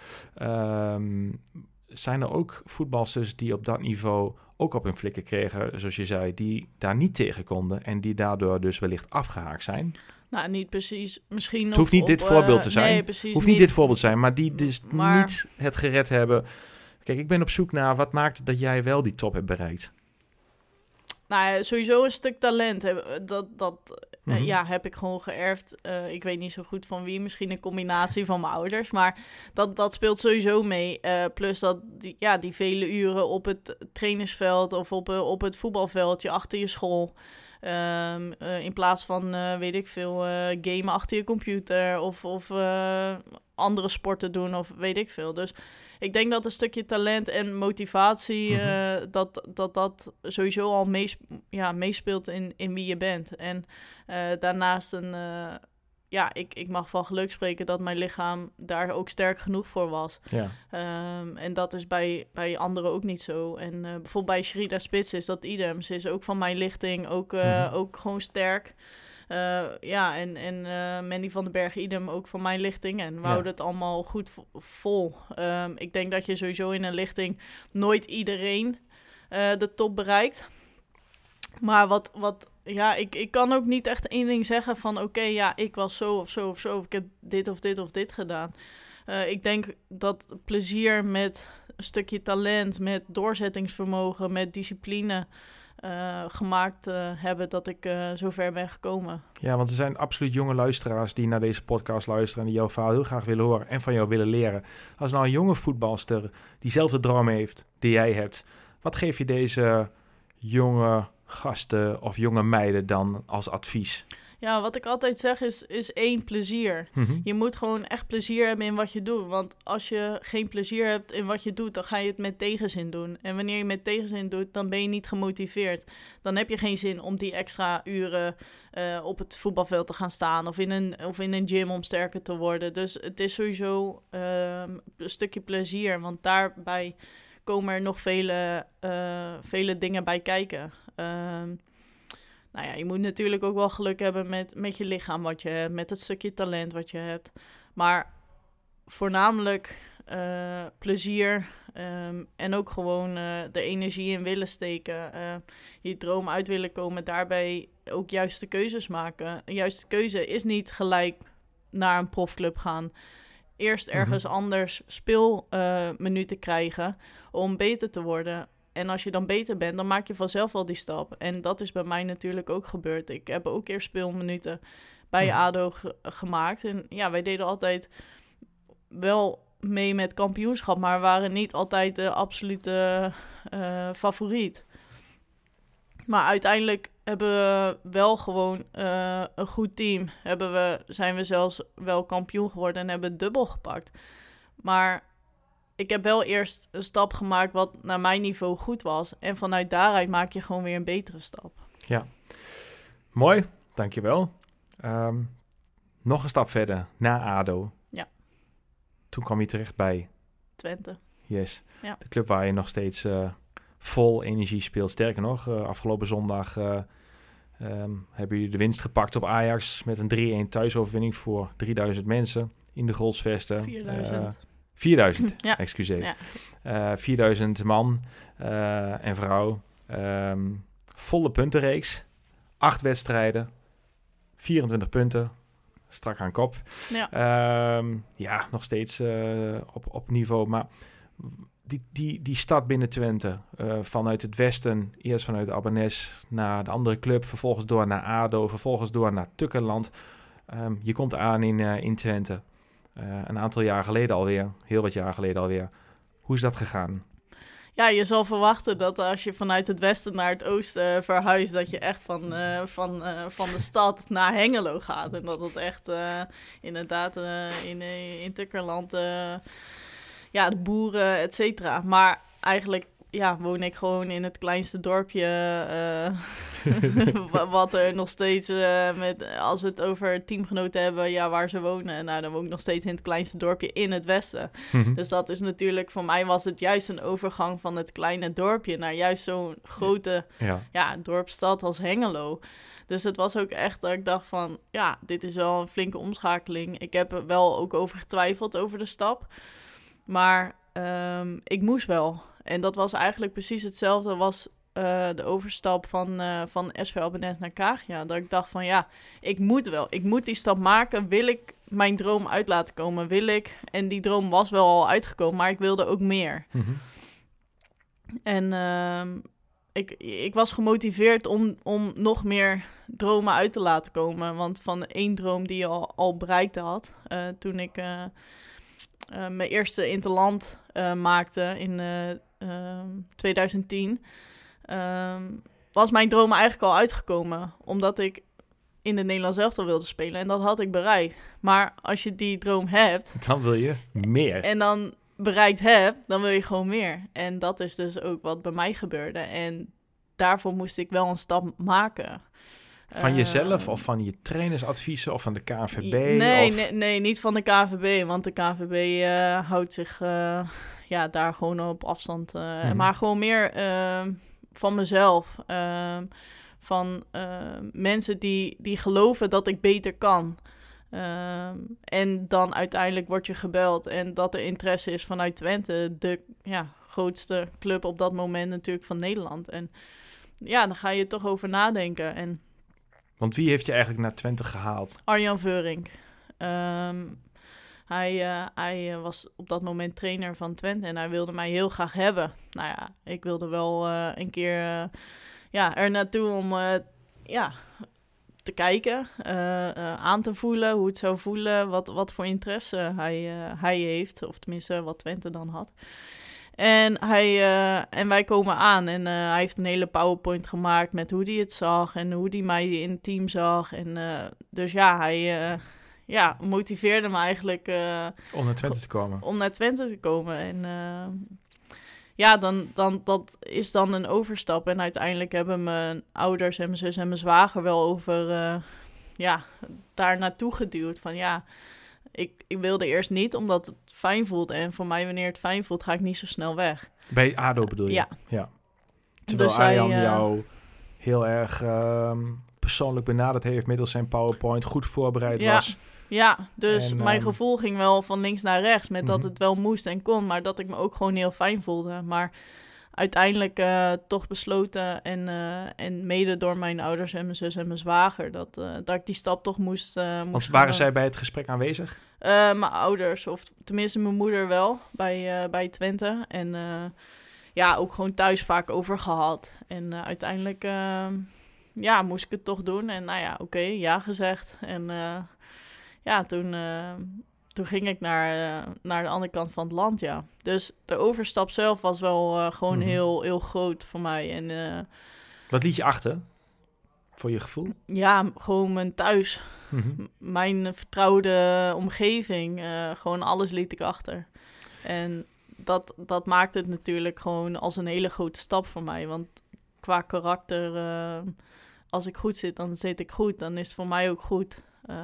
Zijn er ook voetbalsters die op dat niveau ook op hun flikken kregen, zoals je zei, die daar niet tegen konden en die daardoor dus wellicht afgehaakt zijn?
Nou, niet precies. Misschien
het hoeft niet dit voorbeeld te zijn.
Nee, precies.
Hoeft niet dit voorbeeld te zijn, maar die dus niet het gered hebben. Kijk, ik ben op zoek naar wat maakt dat jij wel die top hebt bereikt.
Sowieso een stuk talent. Heb ik gewoon geërfd. Ik weet niet zo goed van wie. Misschien een combinatie van mijn ouders. Maar dat speelt sowieso mee. Plus dat die vele uren op het trainingsveld of op het voetbalveldje achter je school. In plaats van, gamen achter je computer of andere sporten doen of weet ik veel. Dus ik denk dat een stukje talent en motivatie, dat sowieso al meespeelt in wie je bent. En daarnaast ik mag van geluk spreken dat mijn lichaam daar ook sterk genoeg voor was.
Ja.
En dat is bij anderen ook niet zo. En bijvoorbeeld bij Sherida Spits is dat idem. Ze is ook van mijn lichting, ook gewoon sterk. En Mandy van den Berg idem ook van mijn lichting. En we houden het allemaal goed vol. Ik denk dat je sowieso in een lichting nooit iedereen de top bereikt. Maar ik kan ook niet echt één ding zeggen van ik was zo of zo of zo. Of ik heb dit of dit of dit gedaan. Ik denk dat plezier met een stukje talent, met doorzettingsvermogen, met discipline gemaakt hebben dat ik zo ver ben gekomen.
Ja, want er zijn absoluut jonge luisteraars die naar deze podcast luisteren en die jouw verhaal heel graag willen horen en van jou willen leren. Als nou een jonge voetbalster diezelfde droom heeft die jij hebt, wat geef je deze jonge gasten of jonge meiden dan als advies?
Ja, wat ik altijd zeg is 1 plezier.
Mm-hmm.
Je moet gewoon echt plezier hebben in wat je doet. Want als je geen plezier hebt in wat je doet, dan ga je het met tegenzin doen. En wanneer je met tegenzin doet, dan ben je niet gemotiveerd. Dan heb je geen zin om die extra uren op het voetbalveld te gaan staan of in een gym om sterker te worden. Dus het is sowieso een stukje plezier, want daarbij komen er nog vele dingen bij kijken. Nou ja, je moet natuurlijk ook wel geluk hebben met je lichaam wat je hebt, met het stukje talent wat je hebt. Maar voornamelijk plezier en ook gewoon de energie in willen steken. Je droom uit willen komen, daarbij ook juiste keuzes maken. Een juiste keuze is niet gelijk naar een profclub gaan. Eerst ergens anders speelminuten krijgen om beter te worden. En als je dan beter bent, dan maak je vanzelf wel die stap. En dat is bij mij natuurlijk ook gebeurd. Ik heb ook eerst speelminuten bij ADO gemaakt. En ja, wij deden altijd wel mee met kampioenschap, maar waren niet altijd de absolute favoriet. Maar uiteindelijk hebben we wel gewoon een goed team. Zijn we zelfs wel kampioen geworden en hebben het dubbel gepakt. Maar ik heb wel eerst een stap gemaakt wat naar mijn niveau goed was. En vanuit daaruit maak je gewoon weer een betere stap.
Ja, mooi. Dankjewel. Nog een stap verder, na ADO.
Ja.
Toen kwam je terecht bij
Twente.
Yes.
Ja.
De club waar je nog steeds vol energie speelt. Sterker nog, afgelopen zondag hebben jullie de winst gepakt op Ajax met een 3-1 thuisoverwinning voor 3000 mensen in de Grolsvesten. 4000,
ja.
excuseer. Ja. 4000 man en vrouw. Volle puntenreeks. 8 wedstrijden. 24 punten. Strak aan kop.
Ja,
nog steeds op niveau. Maar die stad binnen Twente. Vanuit het westen. Eerst vanuit Abbenes naar de andere club. Vervolgens door naar ADO. Vervolgens door naar Tukkenland. Je komt aan in Twente. Een aantal jaar geleden alweer. Heel wat jaar geleden alweer. Hoe is dat gegaan?
Ja, je zal verwachten dat als je vanuit het westen naar het oosten verhuist, dat je echt van de stad naar Hengelo gaat. En dat het echt inderdaad in Tukkerland, de boeren, et cetera. Maar eigenlijk woon ik gewoon in het kleinste dorpje, wat er nog steeds, als we het over teamgenoten hebben, waar ze wonen. Nou, dan woon ik nog steeds in het kleinste dorpje in het westen. Mm-hmm. Dus dat is natuurlijk, voor mij was het juist een overgang van het kleine dorpje naar juist zo'n grote dorpsstad als Hengelo. Dus het was ook echt dat ik dacht van, dit is wel een flinke omschakeling. Ik heb er wel ook over getwijfeld over de stap. Maar ik moest wel. En dat was eigenlijk precies hetzelfde was de overstap van SV Abbenes naar Kagia. Dat ik dacht van ik moet wel. Ik moet die stap maken. Wil ik mijn droom uit laten komen? En die droom was wel al uitgekomen, maar ik wilde ook meer. Mm-hmm. En ik was gemotiveerd om nog meer dromen uit te laten komen. Want van 1 droom die je al bereikt had, toen ik mijn eerste interland maakte in 2010... was mijn droom eigenlijk al uitgekomen. Omdat ik in het Nederlands elftal wilde spelen. En dat had ik bereikt. Maar als je die droom hebt,
dan wil je meer.
En dan bereikt hebt, dan wil je gewoon meer. En dat is dus ook wat bij mij gebeurde. En daarvoor moest ik wel een stap maken.
Van jezelf of van je trainersadviezen of van de KNVB?
Nee, niet van de KNVB. Want de KNVB houdt zich daar gewoon op afstand. Maar gewoon meer van mezelf. Van mensen die geloven dat ik beter kan. En dan uiteindelijk word je gebeld. En dat er interesse is vanuit Twente. De grootste club op dat moment natuurlijk van Nederland. En dan ga je toch over nadenken.
Want wie heeft je eigenlijk naar Twente gehaald?
Arjan Veurink. Hij was op dat moment trainer van Twente en hij wilde mij heel graag hebben. Nou ja, ik wilde wel een keer er naartoe om te kijken, aan te voelen, hoe het zou voelen, wat voor interesse hij heeft. Of tenminste, wat Twente dan had. En wij komen aan en hij heeft een hele PowerPoint gemaakt met hoe hij het zag en hoe hij mij in het team zag. En dus hij motiveerde me eigenlijk
om naar Twente te komen.
Om naar Twente te komen. En dan dat is dan een overstap. En uiteindelijk hebben mijn ouders en mijn zus en mijn zwager wel over daar naartoe geduwd. Van ik wilde eerst niet, omdat het fijn voelt. En voor mij, wanneer het fijn voelt, ga ik niet zo snel weg.
Bij ADO bedoel je?
Ja.
Terwijl dus Arjan jou heel erg persoonlijk benaderd heeft middels zijn PowerPoint, goed voorbereid
Ja.
was.
Ja, dus
En,
mijn gevoel ging wel van links naar rechts met dat
Mhm.
het wel moest en kon, maar dat ik me ook gewoon heel fijn voelde. Maar uiteindelijk toch besloten en mede door mijn ouders en mijn zus en mijn zwager, dat ik die stap toch moest
Want
gaan
waren
doen.
zij bij het gesprek aanwezig?
Mijn ouders, of tenminste mijn moeder wel, bij Twente. En ook gewoon thuis vaak over gehad. En uiteindelijk moest ik het toch doen. En oké, ja gezegd. En toen ging ik naar de andere kant van het land, ja. Dus de overstap zelf was wel gewoon
Mhm.
heel, heel groot voor mij. En
Wat liet je achter? Voor je gevoel?
gewoon mijn thuis.
Mhm.
Mijn vertrouwde omgeving, gewoon alles liet ik achter. En dat maakt het natuurlijk gewoon als een hele grote stap voor mij. Want qua karakter, als ik goed zit, dan zit ik goed. Dan is het voor mij ook goed.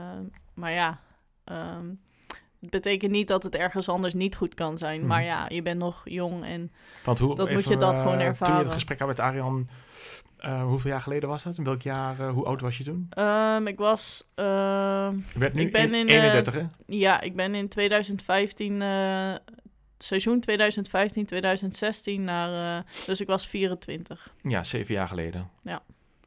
Het betekent niet dat het ergens anders niet goed kan zijn.
Mhm.
Maar ja, je bent nog jong en
Want
dat moet je dat gewoon
Toen je
ervaren.
het gesprek had met Arjan, hoeveel jaar geleden was dat? In welk jaar, hoe oud was je toen?
ik was...
Je bent nu
ik ben in
31, hè?
Ja, ik ben in 2015, seizoen 2015-2016 dus ik was 24.
Ja, 7 jaar geleden.
Ja.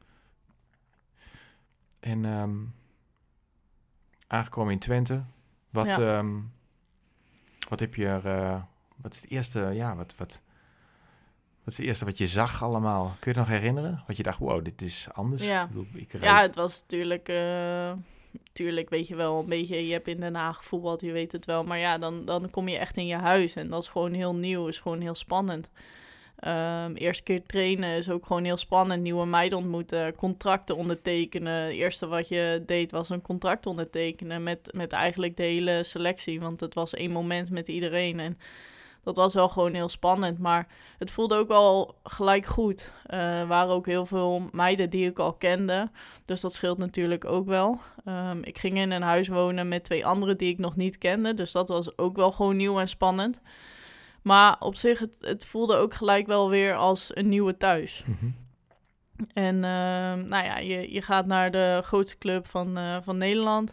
En aangekomen in Twente. Wat heb je er... wat is het eerste... wat is het eerste wat je zag allemaal? Kun je het nog herinneren? Wat je dacht, wow, dit is anders?
Ja.
Ik bedoel, ik reis-
Ja, het was natuurlijk weet je wel een beetje, je hebt in Den Haag gevoetbald, je weet het wel. Maar ja, dan kom je echt in je huis en dat is gewoon heel nieuw, is gewoon heel spannend. Eerste keer trainen is ook gewoon heel spannend. Nieuwe meiden ontmoeten, contracten ondertekenen. Het eerste wat je deed was een contract ondertekenen met eigenlijk de hele selectie. Want het was 1 moment met iedereen en dat was wel gewoon heel spannend. Maar het voelde ook wel gelijk goed. Er waren ook heel veel meiden die ik al kende. Dus dat scheelt natuurlijk ook wel. Ik ging in een huis wonen met 2 anderen die ik nog niet kende. Dus dat was ook wel gewoon nieuw en spannend. Maar op zich, het voelde ook gelijk wel weer als een nieuwe thuis.
Mhm.
En je gaat naar de grootste club van Nederland.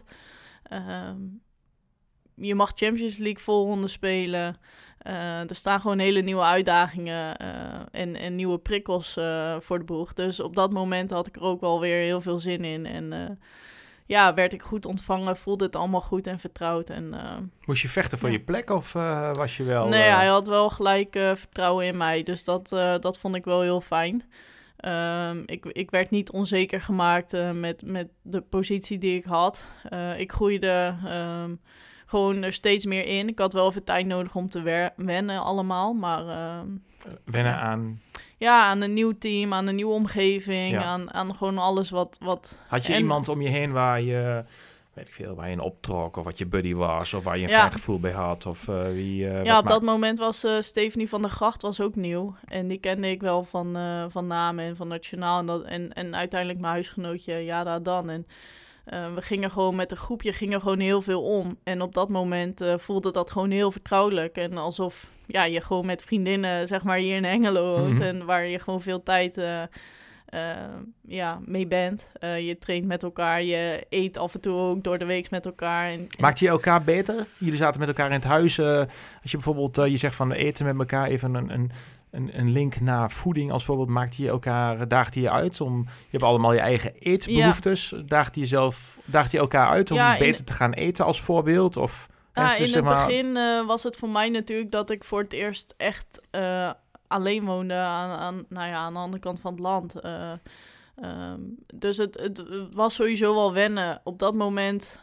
Je mag Champions League voorronde spelen. Er staan gewoon hele nieuwe uitdagingen en nieuwe prikkels voor de boeg. Dus op dat moment had ik er ook wel weer heel veel zin in. En werd ik goed ontvangen, voelde het allemaal goed en vertrouwd. En,
Moest je vechten voor je plek of was je wel...
nee, hij had wel gelijk vertrouwen in mij. Dus dat vond ik wel heel fijn. Ik werd niet onzeker gemaakt met de positie die ik had. Ik groeide gewoon er steeds meer in. Ik had wel even tijd nodig om te wennen allemaal. Maar
wennen aan...
ja, aan een nieuw team, aan een nieuwe omgeving,
Ja.
aan gewoon alles wat...
Had je
en-
iemand om je heen waar je... weet ik veel, waar je een optrok of wat je buddy was of waar je een
Ja.
fijn gevoel bij had of wie...
Ja, op dat moment was Stephanie van der Gracht was ook nieuw. En die kende ik wel van naam en van Nationaal. En uiteindelijk mijn huisgenootje Jada Dan. En we gingen gewoon met een groepje gewoon heel veel om. En op dat moment voelde dat gewoon heel vertrouwelijk. En alsof je gewoon met vriendinnen, zeg maar, hier in Hengelo woont.
Mhm.
En waar je gewoon veel tijd mee bent. Je traint met elkaar, je eet af en toe ook door de week met elkaar. En
Maakte je elkaar beter? Jullie zaten met elkaar in het huis. Als je bijvoorbeeld, je zegt van eten met elkaar, even een link naar voeding als voorbeeld. Maakte je elkaar, daagde je uit om... Je hebt allemaal je eigen eetbehoeftes. Daagde je elkaar uit om
Ja,
beter te gaan eten als voorbeeld? Of,
Ja,
het is
in
zeg
het
maar-
begin was het voor mij natuurlijk dat ik voor het eerst echt alleen woonde aan de andere kant van het land. Dus het was sowieso wel wennen. Op dat moment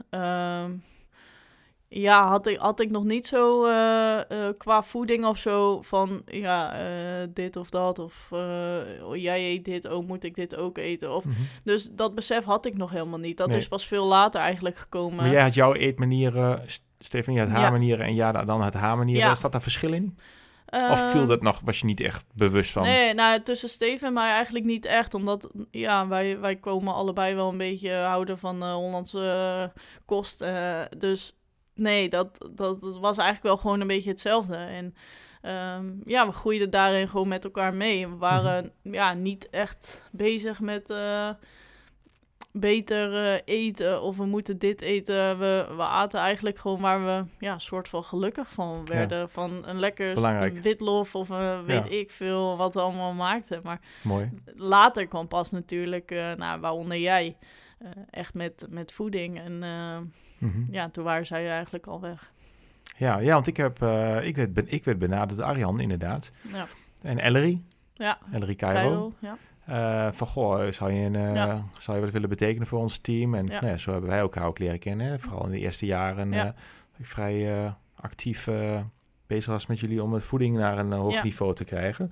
had ik nog niet zo qua voeding of zo van dit of dat. Of jij eet dit, moet ik dit ook eten? Of,
Mhm.
Dus dat besef had ik nog helemaal niet. Dat
Nee.
is pas veel later eigenlijk gekomen.
Maar jij had jouw eetmanieren, Stefanie had haar
Ja.
manieren en Jada dan had haar manieren.
Ja.
Staat daar verschil in? Of viel dat nog, was je niet echt bewust van?
Nee, tussen Steven en mij eigenlijk niet echt. Omdat wij komen allebei wel een beetje houden van Hollandse kost. Dus nee, dat was eigenlijk wel gewoon een beetje hetzelfde. En we groeiden daarin gewoon met elkaar mee. We waren niet echt bezig met beter eten of we moeten dit eten. We aten eigenlijk gewoon waar we soort van gelukkig van werden. Ja. Van een lekker witlof of weet ik veel wat we allemaal maakten. Maar
mooi.
Later kwam pas natuurlijk, waaronder jij, echt met voeding. En toen waren zij eigenlijk al weg.
Ja, want ik werd benaderd door Arjan, inderdaad. Ja. En Ellery.
Ja.
Ellery Cairo.
Ja.
Van, zou je wat willen betekenen voor ons team? En zo hebben wij elkaar ook leren kennen. Hè? Vooral in de eerste jaren ik vrij actief bezig was met jullie om het voeding naar een hoog niveau te krijgen.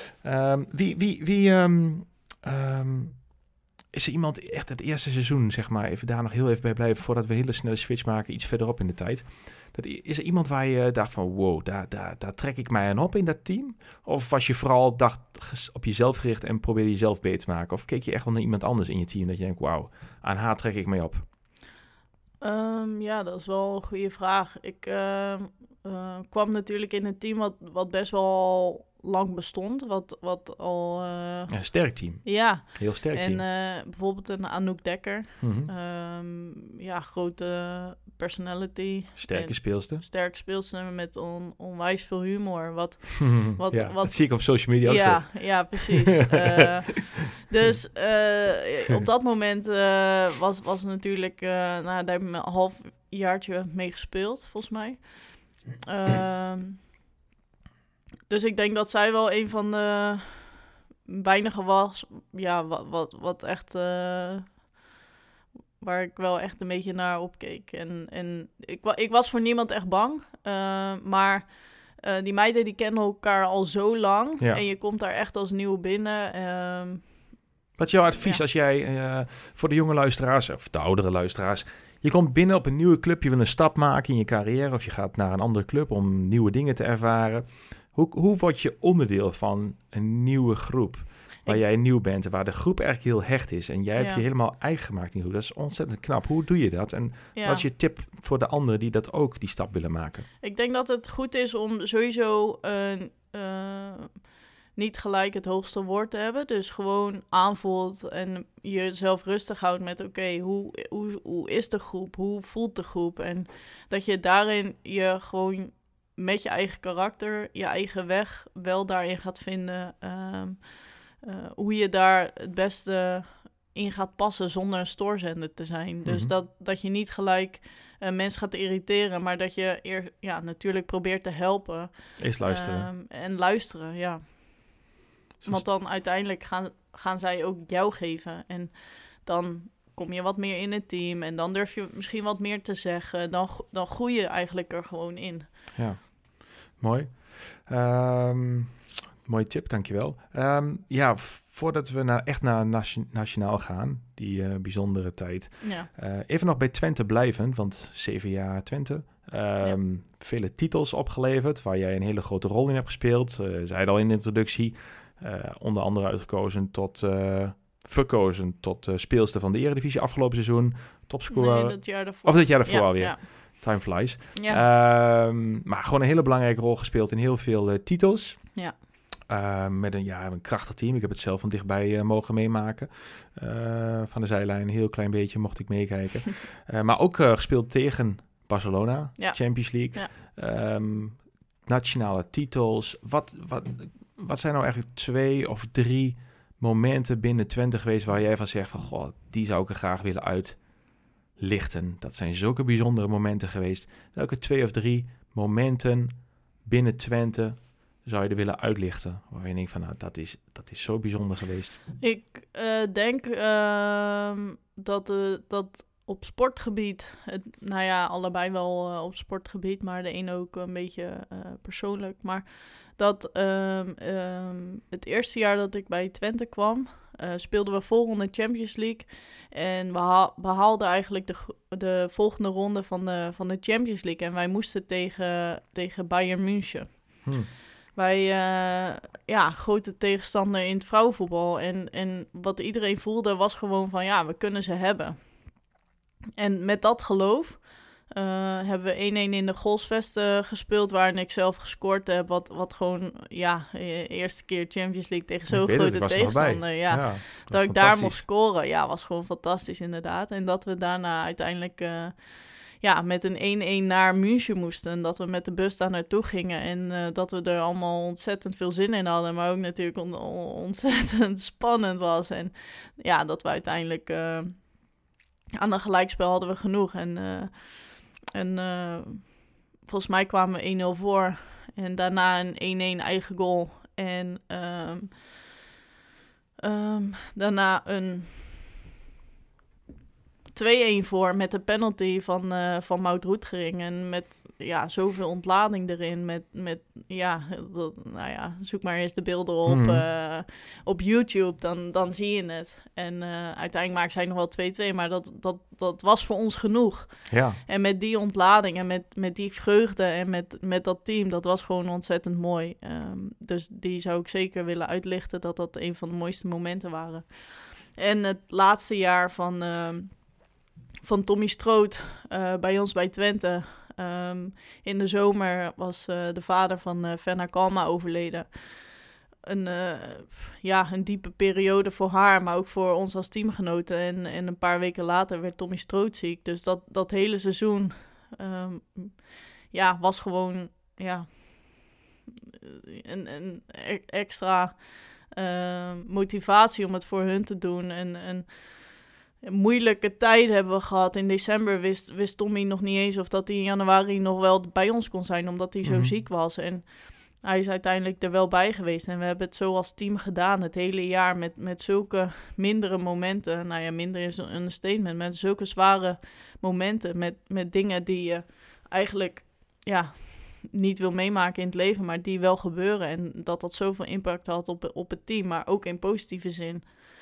Is er iemand echt het eerste seizoen, zeg maar, even daar nog heel even bij blijven voordat we een hele snelle switch maken, iets verderop in de tijd. Is er iemand waar je dacht van, wow, daar trek ik mij aan op in dat team? Of was je vooral op jezelf gericht en probeerde jezelf beter te maken? Of keek je echt wel naar iemand anders in je team dat je denkt, wauw, aan haar trek ik mij op?
Dat is wel een goede vraag. Ik kwam natuurlijk in een team wat best wel lang bestond, wat al...
een sterk team.
Ja.
Heel sterk team.
En bijvoorbeeld een Anouk Dekker. Grote personality.
Sterke speelster
met onwijs veel humor. Wat,
dat zie ik op social media ook zo.
Ja, precies. Dus op dat moment was natuurlijk... daar heb ik een halfjaartje mee gespeeld, volgens mij. Dus ik denk dat zij wel een van de weinigen was, wat echt, waar ik wel echt een beetje naar opkeek. En ik was voor niemand echt bang, maar die meiden die kennen elkaar al zo lang en je komt daar echt als nieuw binnen.
Wat is jouw advies als jij voor de jonge luisteraars of de oudere luisteraars, je komt binnen op een nieuwe club, je wil een stap maken in je carrière of je gaat naar een andere club om nieuwe dingen te ervaren. Hoe word je onderdeel van een nieuwe groep waar jij nieuw bent en waar de groep eigenlijk heel hecht is en jij hebt je helemaal eigen gemaakt in die groep? Dat is ontzettend knap. Hoe doe je dat? En wat is je tip voor de anderen die dat ook die stap willen maken?
Ik denk dat het goed is om sowieso niet gelijk het hoogste woord te hebben. Dus gewoon aanvoelt en jezelf rustig houdt met hoe is de groep? Hoe voelt de groep? En dat je daarin je gewoon met je eigen karakter, je eigen weg wel daarin gaat vinden. Hoe je daar het beste in gaat passen zonder een stoorzender te zijn. Dus dat je niet gelijk mensen gaat irriteren, maar dat je eerst natuurlijk probeert te helpen.
Eerst luisteren.
En luisteren, ja. Want dan uiteindelijk gaan zij ook jou geven. En dan kom je wat meer in het team. En dan durf je misschien wat meer te zeggen. Dan groei je eigenlijk er gewoon in.
Ja, mooi. Mooie tip, dankjewel. Voordat we echt naar nationaal gaan, die bijzondere tijd. Ja. Even nog bij Twente blijven, want 7 jaar Twente. Vele titels opgeleverd, waar jij een hele grote rol in hebt gespeeld. Zei het al in de introductie. Onder andere verkozen tot speelster van de Eredivisie afgelopen seizoen. Topscorer.
Nee, dat jaar
daarvoor alweer. Ja. Time flies. Ja. Maar gewoon een hele belangrijke rol gespeeld in heel veel titels. Ja. Met een krachtig team. Ik heb het zelf van dichtbij mogen meemaken. Van de zijlijn een heel klein beetje mocht ik meekijken. Maar ook gespeeld tegen Barcelona. Ja. Champions League. Ja. Nationale titels. Wat zijn nou eigenlijk 2 of 3 momenten binnen Twente geweest waar jij van zegt van, goh, die zou ik er graag willen uitlichten. Dat zijn zulke bijzondere momenten geweest. Welke 2 of 3 momenten binnen Twente zou je er willen uitlichten? Waar je denkt van, dat is zo bijzonder geweest.
Ik denk dat op sportgebied, allebei wel op sportgebied, maar de een ook een beetje persoonlijk, maar dat het eerste jaar dat ik bij Twente kwam, speelden we volgende Champions League. En we behaalden eigenlijk de volgende ronde van de Champions League. En wij moesten tegen Bayern München. Wij, grote tegenstander in het vrouwenvoetbal. En wat iedereen voelde was gewoon van, we kunnen ze hebben. En met dat geloof hebben we 1-1 in de Goalsvesten gespeeld, waarin ik zelf gescoord heb. Wat gewoon, eerste keer Champions League tegen zo'n grote tegenstander. Ja, dat ik daar mocht scoren, was gewoon fantastisch inderdaad. En dat we daarna uiteindelijk met een 1-1 naar München moesten. En dat we met de bus daar naartoe gingen. En dat we er allemaal ontzettend veel zin in hadden. Maar ook natuurlijk ontzettend spannend was. En dat we uiteindelijk aan een gelijkspel hadden we genoeg. En volgens mij kwamen we 1-0 voor. En daarna een 1-1 eigen goal. En daarna een 2-1 voor met de penalty van Maud Roetgering. En met zoveel ontlading erin. Zoek maar eens de beelden op YouTube, dan zie je het. En uiteindelijk maakte zij nog wel 2-2, maar dat was voor ons genoeg.
Ja.
En met die ontlading en met die vreugde en met dat team, dat was gewoon ontzettend mooi. Dus die zou ik zeker willen uitlichten, dat een van de mooiste momenten waren. En het laatste jaar van Tommy Stroot bij ons bij Twente. In de zomer was de vader van Fenna Kalma overleden. Een diepe periode voor haar, maar ook voor ons als teamgenoten. En een paar weken later werd Tommy Stroot ziek. Dus dat hele seizoen was gewoon een extra motivatie om het voor hun te doen. En moeilijke tijden hebben we gehad. In december wist Tommy nog niet eens of dat hij in januari nog wel bij ons kon zijn, omdat hij zo ziek was. En hij is uiteindelijk er wel bij geweest. En we hebben het zo als team gedaan het hele jaar met zulke mindere momenten. Nou ja, minder is een statement. Met zulke zware momenten. Met dingen die je eigenlijk niet wil meemaken in het leven, maar die wel gebeuren. En dat zoveel impact had op het team, maar ook in positieve zin.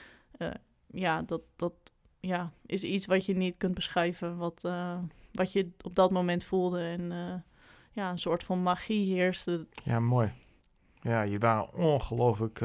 Dat is iets wat je niet kunt beschrijven, wat je op dat moment voelde. En een soort van magie heerste.
Ja, mooi. Ja, jullie waren ongelooflijk,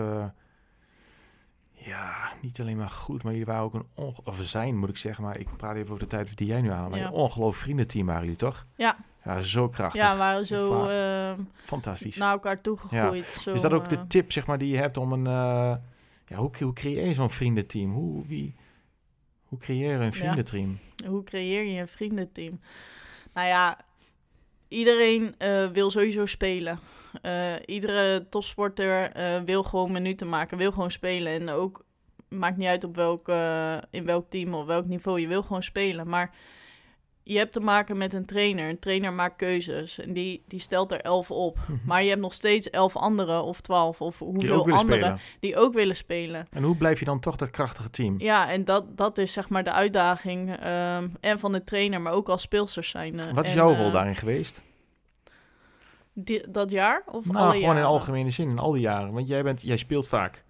niet alleen maar goed, maar jullie waren ook zijn, moet ik zeggen, maar ik praat even over de tijd die jij nu aan. Maar een ongelooflijk vriendenteam waren jullie, toch?
Ja.
Ja, zo krachtig.
Ja, we waren zo
fantastisch
naar elkaar toegegroeid.
Ja.
Zo,
is dat ook de tip, zeg maar, die je hebt om hoe creëer je zo'n vriendenteam? Hoe creëer je een vriendenteam?
Hoe creëer je een vriendenteam? Nou ja, iedereen wil sowieso spelen. Iedere topsporter wil gewoon minuten maken, wil gewoon spelen. En ook, maakt niet uit in welk team of welk niveau, je wil gewoon spelen. Maar je hebt te maken met een trainer. Een trainer maakt keuzes en die stelt er 11 op. Maar je hebt nog steeds 11 anderen of 12 of hoeveel anderen die ook willen spelen.
En hoe blijf je dan toch dat krachtige team?
Ja, en dat is zeg maar de uitdaging. En van de trainer, maar ook als speelsters zijn.
Wat is jouw rol daarin geweest?
Dat jaar? Of alle
gewoon
jaren?
In algemene zin, in al die jaren. Want jij speelt vaak.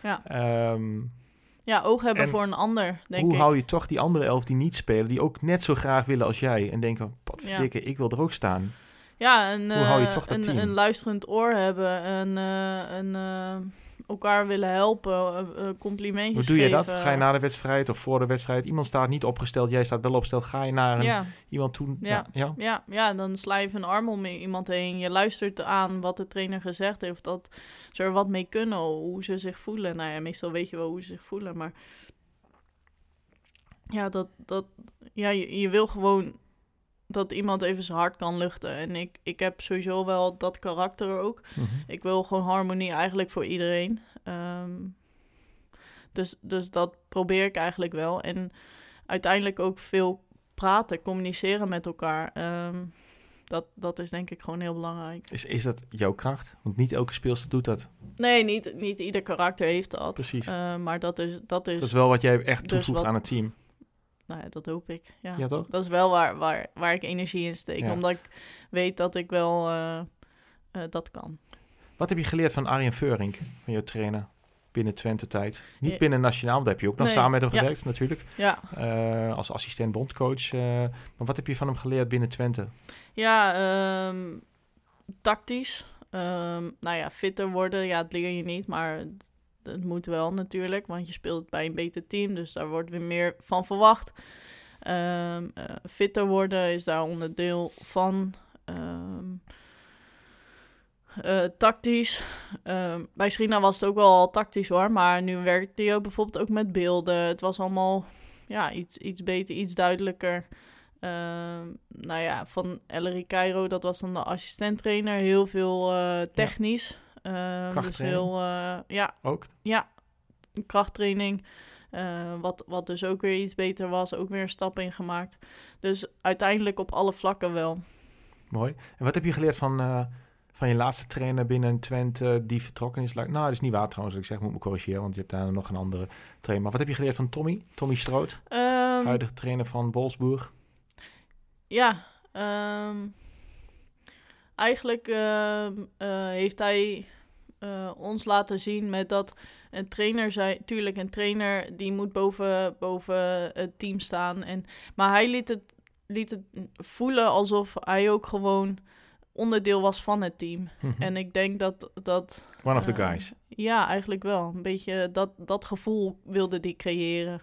Ja. Oog hebben voor een ander, denk ik.
Hoe hou je toch die andere 11 die niet spelen, die ook net zo graag willen als jij en denken, potverdikke, ik wil er ook staan.
Ja,
hoe hou je toch dat team?
Een luisterend oor hebben en elkaar willen helpen, complimentjes
geven. Hoe doe je
geven.
dat? Ga je na de wedstrijd of voor de wedstrijd? Iemand staat niet opgesteld, jij staat wel opgesteld. Ga je naar iemand toe?
Ja, dan sla je een arm om iemand heen. Je luistert aan wat de trainer gezegd heeft, dat ze er wat mee kunnen, hoe ze zich voelen. Nou ja, meestal weet je wel hoe ze zich voelen, maar je wil gewoon dat iemand even zijn hart kan luchten. En ik heb sowieso wel dat karakter ook. Mm-hmm. Ik wil gewoon harmonie eigenlijk voor iedereen. Dus dat probeer ik eigenlijk wel. En uiteindelijk ook veel praten, communiceren met elkaar. Dat is denk ik gewoon heel belangrijk.
Is dat jouw kracht? Want niet elke speelster doet dat.
Nee, niet ieder karakter heeft dat.
Precies.
Maar dat is
wel wat jij echt toevoegt aan het team.
Nou ja, dat hoop ik.
Ja, toch?
Dat is wel waar ik energie in steek. Ja. Omdat ik weet dat ik wel dat kan.
Wat heb je geleerd van Arjen Veurink, van jouw trainer, binnen Twente-tijd? Niet binnen nationaal, daar heb je ook nog samen met hem gewerkt natuurlijk.
Ja.
Als assistent bondcoach. Maar wat heb je van hem geleerd binnen Twente?
Ja, tactisch. Fitter worden. Ja, dat leer je niet, maar het moet wel natuurlijk, want je speelt bij een beter team, dus daar wordt weer meer van verwacht. Fitter worden is daar onderdeel van. Tactisch. Bij Srina was het ook wel al tactisch hoor. Maar nu werkte hij ook bijvoorbeeld ook met beelden. Het was allemaal iets beter, iets duidelijker. Van Ellery Cairo, dat was dan de assistent-trainer. Heel veel technisch. Dus heel...
ook?
Ja, krachttraining. Wat dus ook weer iets beter was. Ook weer een stap in gemaakt. Dus uiteindelijk op alle vlakken wel.
Mooi. En wat heb je geleerd van je laatste trainer binnen Twente die vertrokken is? Nou, dat is niet waar trouwens. Ik zeg, moet me corrigeren, want je hebt daar nog een andere trainer. Maar wat heb je geleerd van Tommy Stroot? Huidige trainer van Wolfsburg.
Ja, eigenlijk heeft hij ons laten zien met dat een trainer tuurlijk een trainer die moet boven het team staan. Maar hij liet het voelen alsof hij ook gewoon onderdeel was van het team. Mm-hmm. En ik denk dat
one of the guys.
Ja, eigenlijk wel. Een beetje dat gevoel wilde hij creëren.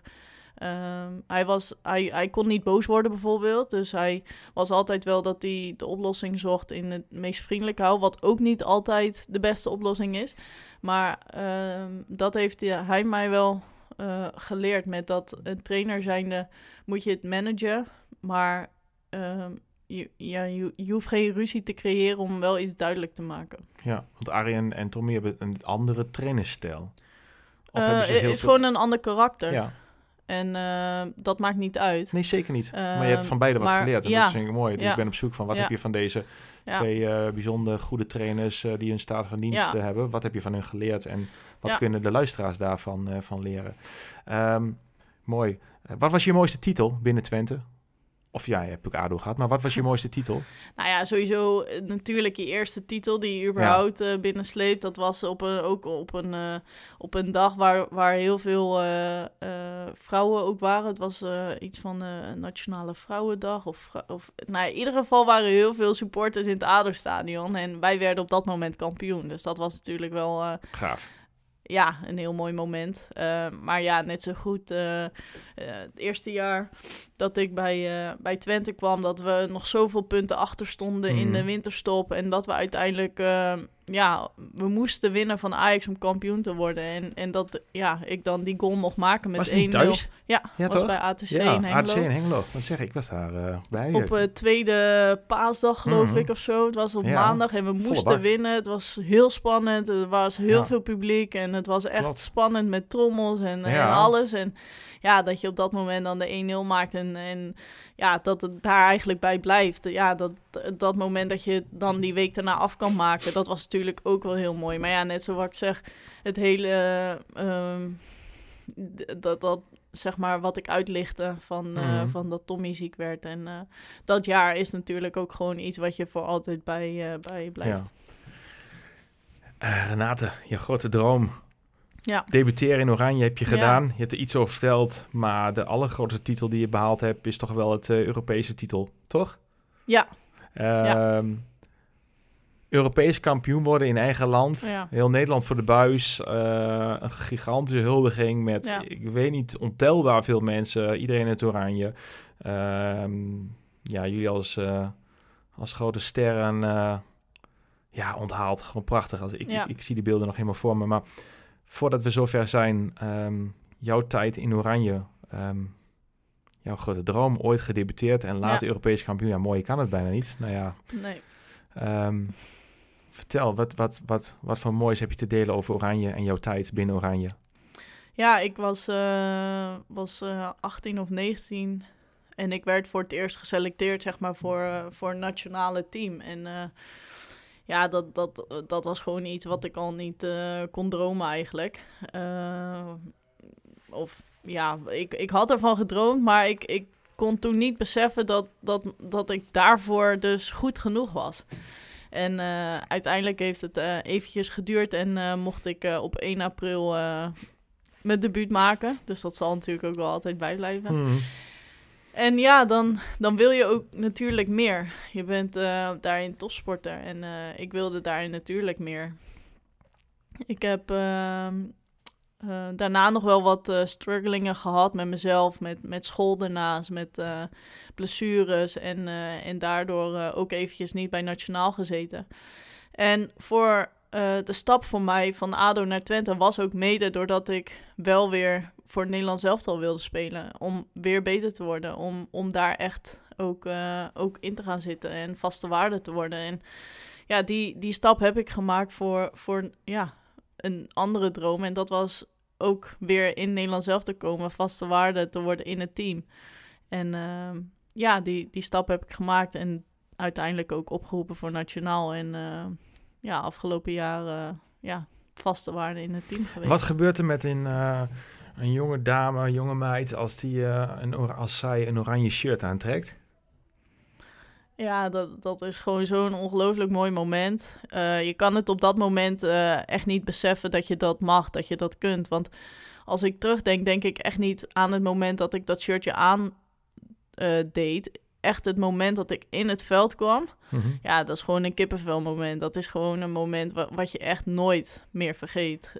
Hij kon niet boos worden bijvoorbeeld. Dus hij was altijd wel dat hij de oplossing zocht in het meest vriendelijke houden. Wat ook niet altijd de beste oplossing is. Maar dat heeft hij mij wel geleerd. Met dat een trainer zijnde moet je het managen. Maar je hoeft geen ruzie te creëren om wel iets duidelijk te maken.
Ja, want Arjen en Tommy hebben een andere trainerstijl.
Het is gewoon een ander karakter.
Ja.
En dat maakt niet uit.
Nee, zeker niet. Maar je hebt van beide wat geleerd. En dat vind ik mooi. Dus ik ben op zoek van wat heb je van deze twee bijzonder goede trainers die hun staat van dienst hebben. Wat heb je van hun geleerd? En wat kunnen de luisteraars daarvan van leren? Mooi. Wat was je mooiste titel binnen Twente? Of ja, je hebt ook ADO gehad, maar wat was je mooiste titel?
Nou ja, sowieso natuurlijk je eerste titel die je überhaupt binnensleept. Dat was op een dag waar heel veel vrouwen ook waren. Het was iets van Nationale Vrouwendag. In ieder geval waren heel veel supporters in het ADO-stadion. En wij werden op dat moment kampioen. Dus dat was natuurlijk wel...
gaaf.
Ja, een heel mooi moment. Maar ja, net zo goed het eerste jaar dat ik bij Twente kwam, dat we nog zoveel punten achter stonden in de winterstop. En dat we uiteindelijk, we moesten winnen van Ajax om kampioen te worden. En dat ik dan die goal mocht maken met 1-0.
Was je thuis?
Ja, was
toch?
bij ATC in Hengelo.
ATC in Hengelo. Wat zeg ik was daar bij.
Op tweede paasdag, geloof ik, of zo. Het was op maandag en we moesten winnen. Het was heel spannend. Er was heel veel publiek en het was echt spannend met trommels en alles. En ja, dat je op dat moment dan de 1-0 maakt en dat het daar eigenlijk bij blijft. Ja, dat moment dat je dan die week daarna af kan maken, dat was natuurlijk ook wel heel mooi. Maar ja, net zo wat ik zeg, het hele... dat zeg maar wat ik uitlichtte van dat Tommy ziek werd. En dat jaar is natuurlijk ook gewoon iets wat je voor altijd bij blijft.
Ja. Renate, je grote droom.
Ja.
Debuteren in Oranje heb je gedaan. Je hebt er iets over verteld. Maar de allergrootste titel die je behaald hebt is toch wel het Europese titel, toch?
Ja.
Europees kampioen worden in eigen land.
Ja. Heel
Heel Nederland voor de buis. Een gigantische huldiging met, ik weet niet, ontelbaar veel mensen. Iedereen in het Oranje. Jullie als grote sterren onthaald. Gewoon prachtig. Ik zie die beelden nog helemaal voor me. Maar voordat we zover zijn, jouw tijd in Oranje... jouw grote droom, ooit gedebuteerd en later Europees kampioen. Ja, mooi kan het bijna niet. Nou ja.
Nee.
Vertel, wat voor moois heb je te delen over Oranje en jouw tijd binnen Oranje?
Ja, ik was 18 of 19 en ik werd voor het eerst geselecteerd, zeg maar, voor een nationale team. En dat was gewoon iets wat ik al niet kon dromen eigenlijk. Ik had ervan gedroomd, maar ik kon toen niet beseffen dat ik daarvoor dus goed genoeg was. En uiteindelijk heeft het eventjes geduurd en mocht ik op 1 april mijn debuut maken. Dus dat zal natuurlijk ook wel altijd bijblijven. En ja, dan wil je ook natuurlijk meer. Je bent daarin topsporter en ik wilde daarin natuurlijk meer. Ik heb daarna nog wel wat strugglingen gehad met mezelf, met school daarnaast, met blessures en daardoor ook eventjes niet bij Nationaal gezeten. En voor de stap voor mij van ADO naar Twente was ook mede doordat ik wel weer voor het Nederlands elftal wilde spelen. Om weer beter te worden, om daar echt ook in te gaan zitten en vaste waarde te worden. En ja, die stap heb ik gemaakt voor een andere droom. En dat was ook weer in Nederland zelf te komen, vaste waarde te worden in het team. En die stap heb ik gemaakt en uiteindelijk ook opgeroepen voor Nationaal. En afgelopen jaar vaste waarde in het team geweest.
Wat gebeurt er met een jonge dame, een jonge meid, als zij een oranje shirt aantrekt?
Ja, dat is gewoon zo'n ongelooflijk mooi moment. Je kan het op dat moment echt niet beseffen dat je dat mag, dat je dat kunt. Want als ik terugdenk, denk ik echt niet aan het moment dat ik dat shirtje aan deed. Echt het moment dat ik in het veld kwam. Mm-hmm. Ja, dat is gewoon een kippenvel moment. Dat is gewoon een moment wat je echt nooit meer vergeet.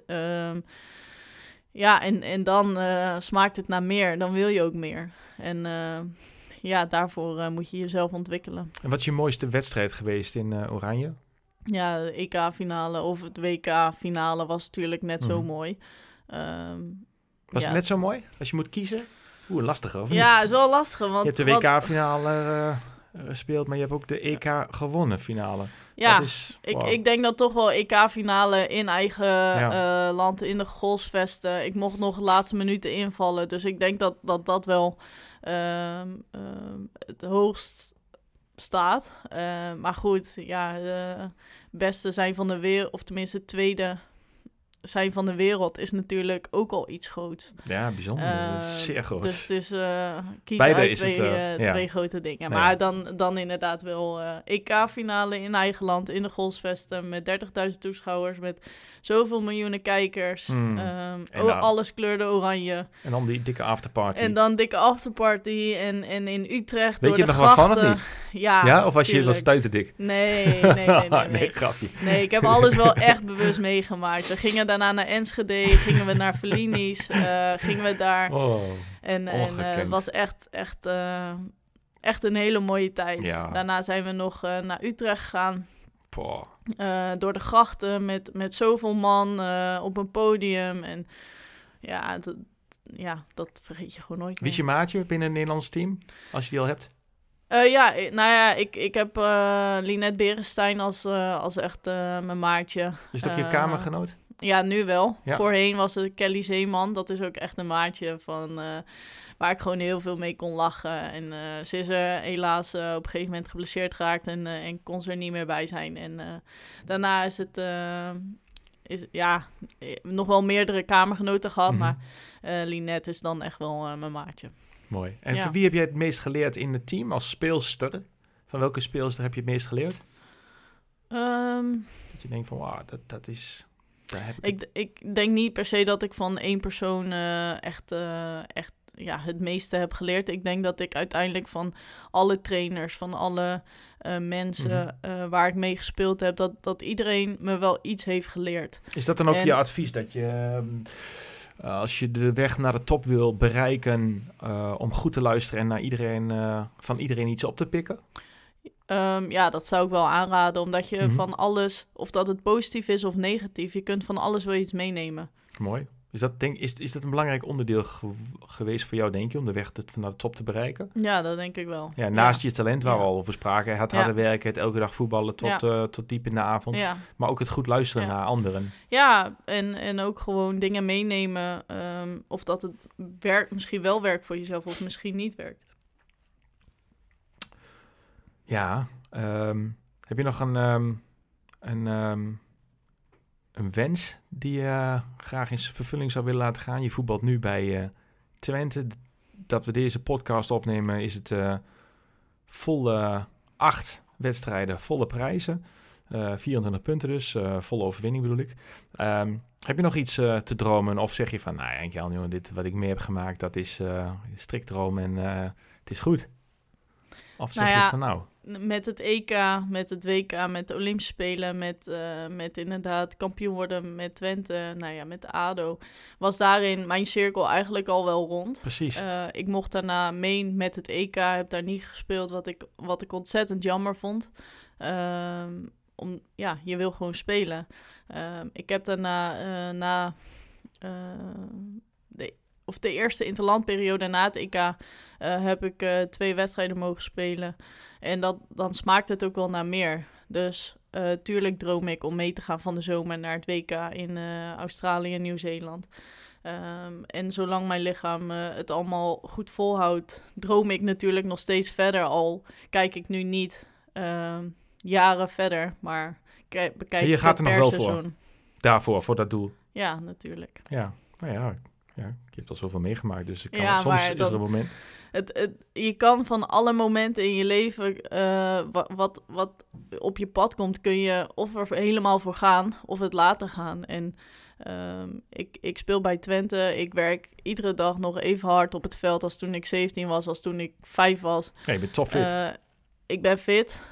En dan smaakt het naar meer. Dan wil je ook meer. En daarvoor moet je jezelf ontwikkelen.
En wat is je mooiste wedstrijd geweest in Oranje?
Ja, de EK-finale of het WK-finale was natuurlijk net zo mooi.
Was het net zo mooi? Als je moet kiezen? Lastig, of niet?
Ja, het is wel lastig. Want,
je hebt de WK-finale gespeeld, maar je hebt ook de EK gewonnen finale.
Ja, ik denk dat toch wel EK-finale in eigen land, in de Golsvesten. Ik mocht nog de laatste minuten invallen. Dus ik denk dat wel het hoogst staat. Maar goed, de beste zijn van de wereld, of tenminste tweede zijn van de wereld, is natuurlijk ook al iets groots.
Ja, bijzonder. Dat is zeer groot.
Dus kies
Beide
uit
is
twee grote dingen. Nee. Maar dan inderdaad wel EK-finale in eigen land, in de Golsvesten, met 30.000 toeschouwers, met zoveel miljoenen kijkers. Alles kleurde oranje.
En dan die dikke afterparty.
En in Utrecht.
Weet je nog wat van of niet?
Ja,
of was je wel stuitendik?
Nee.
Nee, grapje.
Nee, ik heb alles wel echt bewust meegemaakt. We gingen daarna naar Enschede, gingen we naar Fellini's, gingen we daar. En het was echt een hele mooie tijd. Ja. Daarna zijn we nog naar Utrecht gegaan. Door de grachten met zoveel man op een podium. En dat vergeet je gewoon nooit meer.
Wie is je maatje binnen het Nederlands team, als je die al hebt?
Ik heb Linette Berenstein als echt mijn maatje.
Is dat ook je kamergenoot?
Ja, nu wel. Ja. Voorheen was het Kelly Zeeman. Dat is ook echt een maatje van waar ik gewoon heel veel mee kon lachen. En ze is er helaas op een gegeven moment geblesseerd geraakt en kon ze er niet meer bij zijn. En daarna is het nog wel meerdere kamergenoten gehad, maar Linette is dan echt wel mijn maatje.
Mooi. En van wie heb jij het meest geleerd in het team als speelster? Van welke speelster heb je het meest geleerd? Dat je denkt van, wauw, dat is... Daar heb
ik denk niet per se dat ik van één persoon echt het meeste heb geleerd. Ik denk dat ik uiteindelijk van alle trainers, van alle mensen waar ik mee gespeeld heb, dat iedereen me wel iets heeft geleerd.
Is dat dan ook je advies, dat je... als je de weg naar de top wil bereiken, om goed te luisteren en van iedereen iets op te pikken?
Dat zou ik wel aanraden, omdat je van alles, of dat het positief is of negatief, je kunt van alles wel iets meenemen.
Mooi. Is dat een belangrijk onderdeel geweest voor jou, denk je, om de weg naar de top te bereiken?
Ja, dat denk ik wel.
Ja, naast je talent, waar we al over spraken, het harde werken, het elke dag voetballen tot diep in de avond, maar ook het goed luisteren naar anderen. Ja,
en ook gewoon dingen meenemen, of dat het misschien wel werkt voor jezelf of misschien niet werkt.
Ja, heb je nog een wens die je graag in vervulling zou willen laten gaan? Je voetbalt nu bij Twente. Dat we deze podcast opnemen is het volle 8 wedstrijden, volle prijzen. 24 punten dus, volle overwinning bedoel ik. Heb je nog iets te dromen? Of zeg je van, nou Henk-Jan, jongen, dit wat ik mee heb gemaakt, dat is strikt droom en het is goed? Of zeg je van, nou...
met het EK, met het WK, met de Olympische Spelen, met inderdaad kampioen worden met Twente, nou ja, met de ADO, was daarin mijn cirkel eigenlijk al wel rond.
Precies.
Ik mocht daarna mee met het EK, heb daar niet gespeeld, wat ik ontzettend jammer vond. Je wil gewoon spelen. Ik heb daarna de eerste interlandperiode na het EK heb ik 2 wedstrijden mogen spelen. En dan smaakt het ook wel naar meer. Dus tuurlijk droom ik om mee te gaan van de zomer naar het WK in Australië en Nieuw-Zeeland. En zolang mijn lichaam het allemaal goed volhoudt, droom ik natuurlijk nog steeds verder. Al kijk ik nu niet jaren verder, maar bekijk
je gaat er nog wel
seizoen.
voor. Daarvoor, voor dat doel.
Ja, natuurlijk.
Ja, nou ja, ik heb al zoveel meegemaakt, dus soms is er een moment.
Je kan van alle momenten in je leven wat op je pad komt, kun je of er helemaal voor gaan of het laten gaan. En ik speel bij Twente. Ik werk iedere dag nog even hard op het veld als toen ik 17 was, als toen ik 5 was.
Ja, je bent topfit.
Ik ben fit.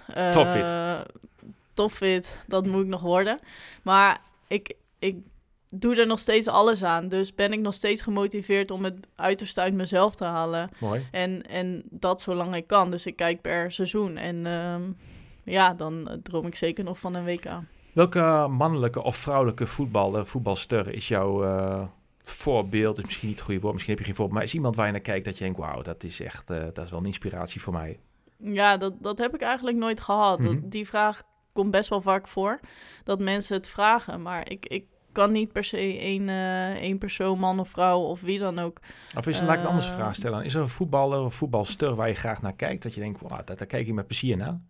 Topfit, dat moet ik nog worden. Maar ik doe er nog steeds alles aan. Dus ben ik nog steeds gemotiveerd om het uiterste uit mezelf te halen.
Mooi.
En dat zolang ik kan. Dus ik kijk per seizoen. En dan droom ik zeker nog van een WK.
Welke mannelijke of vrouwelijke voetbalster is jouw voorbeeld? Is misschien niet het goede woord, misschien heb je geen voorbeeld. Maar is iemand waar je naar kijkt dat je denkt, wauw, dat is echt, dat is wel een inspiratie voor mij?
Ja, dat heb ik eigenlijk nooit gehad.
Mm-hmm.
Die vraag komt best wel vaak voor. Dat mensen het vragen. Maar ik kan niet per se één persoon, man of vrouw of wie dan ook.
Of laat ik het anders vraag stellen. Is er een voetballer of voetbalster waar je graag naar kijkt? Dat je denkt, wow, daar kijk je met plezier naar?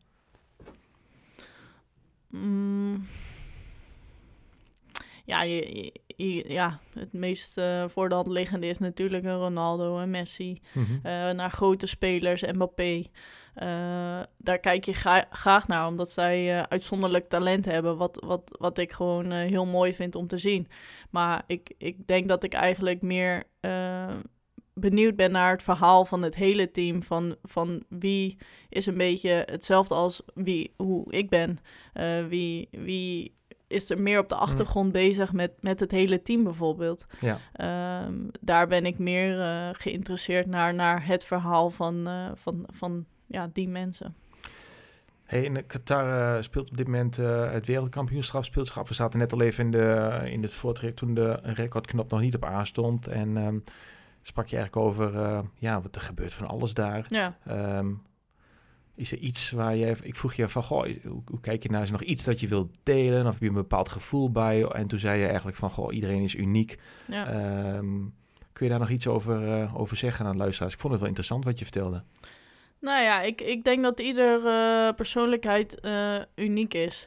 Ja, het meest voor de hand liggende is natuurlijk een Ronaldo en Messi.
Mm-hmm.
Naar grote spelers, Mbappé. Daar kijk je graag naar, omdat zij uitzonderlijk talent hebben, wat ik gewoon heel mooi vind om te zien. Maar ik denk dat ik eigenlijk meer benieuwd ben naar het verhaal van het hele team, van wie is een beetje hetzelfde als hoe ik ben. Wie is er meer op de achtergrond bezig met het hele team bijvoorbeeld.
Ja.
Daar ben ik meer geïnteresseerd naar het verhaal van die mensen.
Hey, in Qatar speelt op dit moment het wereldkampioenschap speelt zich af. We zaten net al even in het voortraject toen de recordknop nog niet op aanstond. En sprak je eigenlijk over, wat er gebeurt van alles daar.
Ja.
Is er iets waar ik vroeg je van, goh, hoe kijk je naar? Is er nog iets dat je wilt delen? Of heb je een bepaald gevoel bij? En toen zei je eigenlijk van, goh, iedereen is uniek.
Ja.
Kun je daar nog iets over zeggen aan de luisteraars? Ik vond het wel interessant wat je vertelde.
Nou ja, ik denk dat ieder persoonlijkheid uniek is.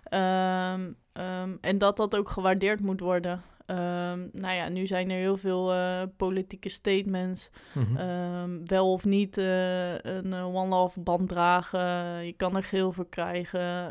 En dat ook gewaardeerd moet worden. Nu zijn er heel veel politieke statements.
Mm-hmm.
Wel of niet een One Love band dragen. Je kan er geel voor krijgen.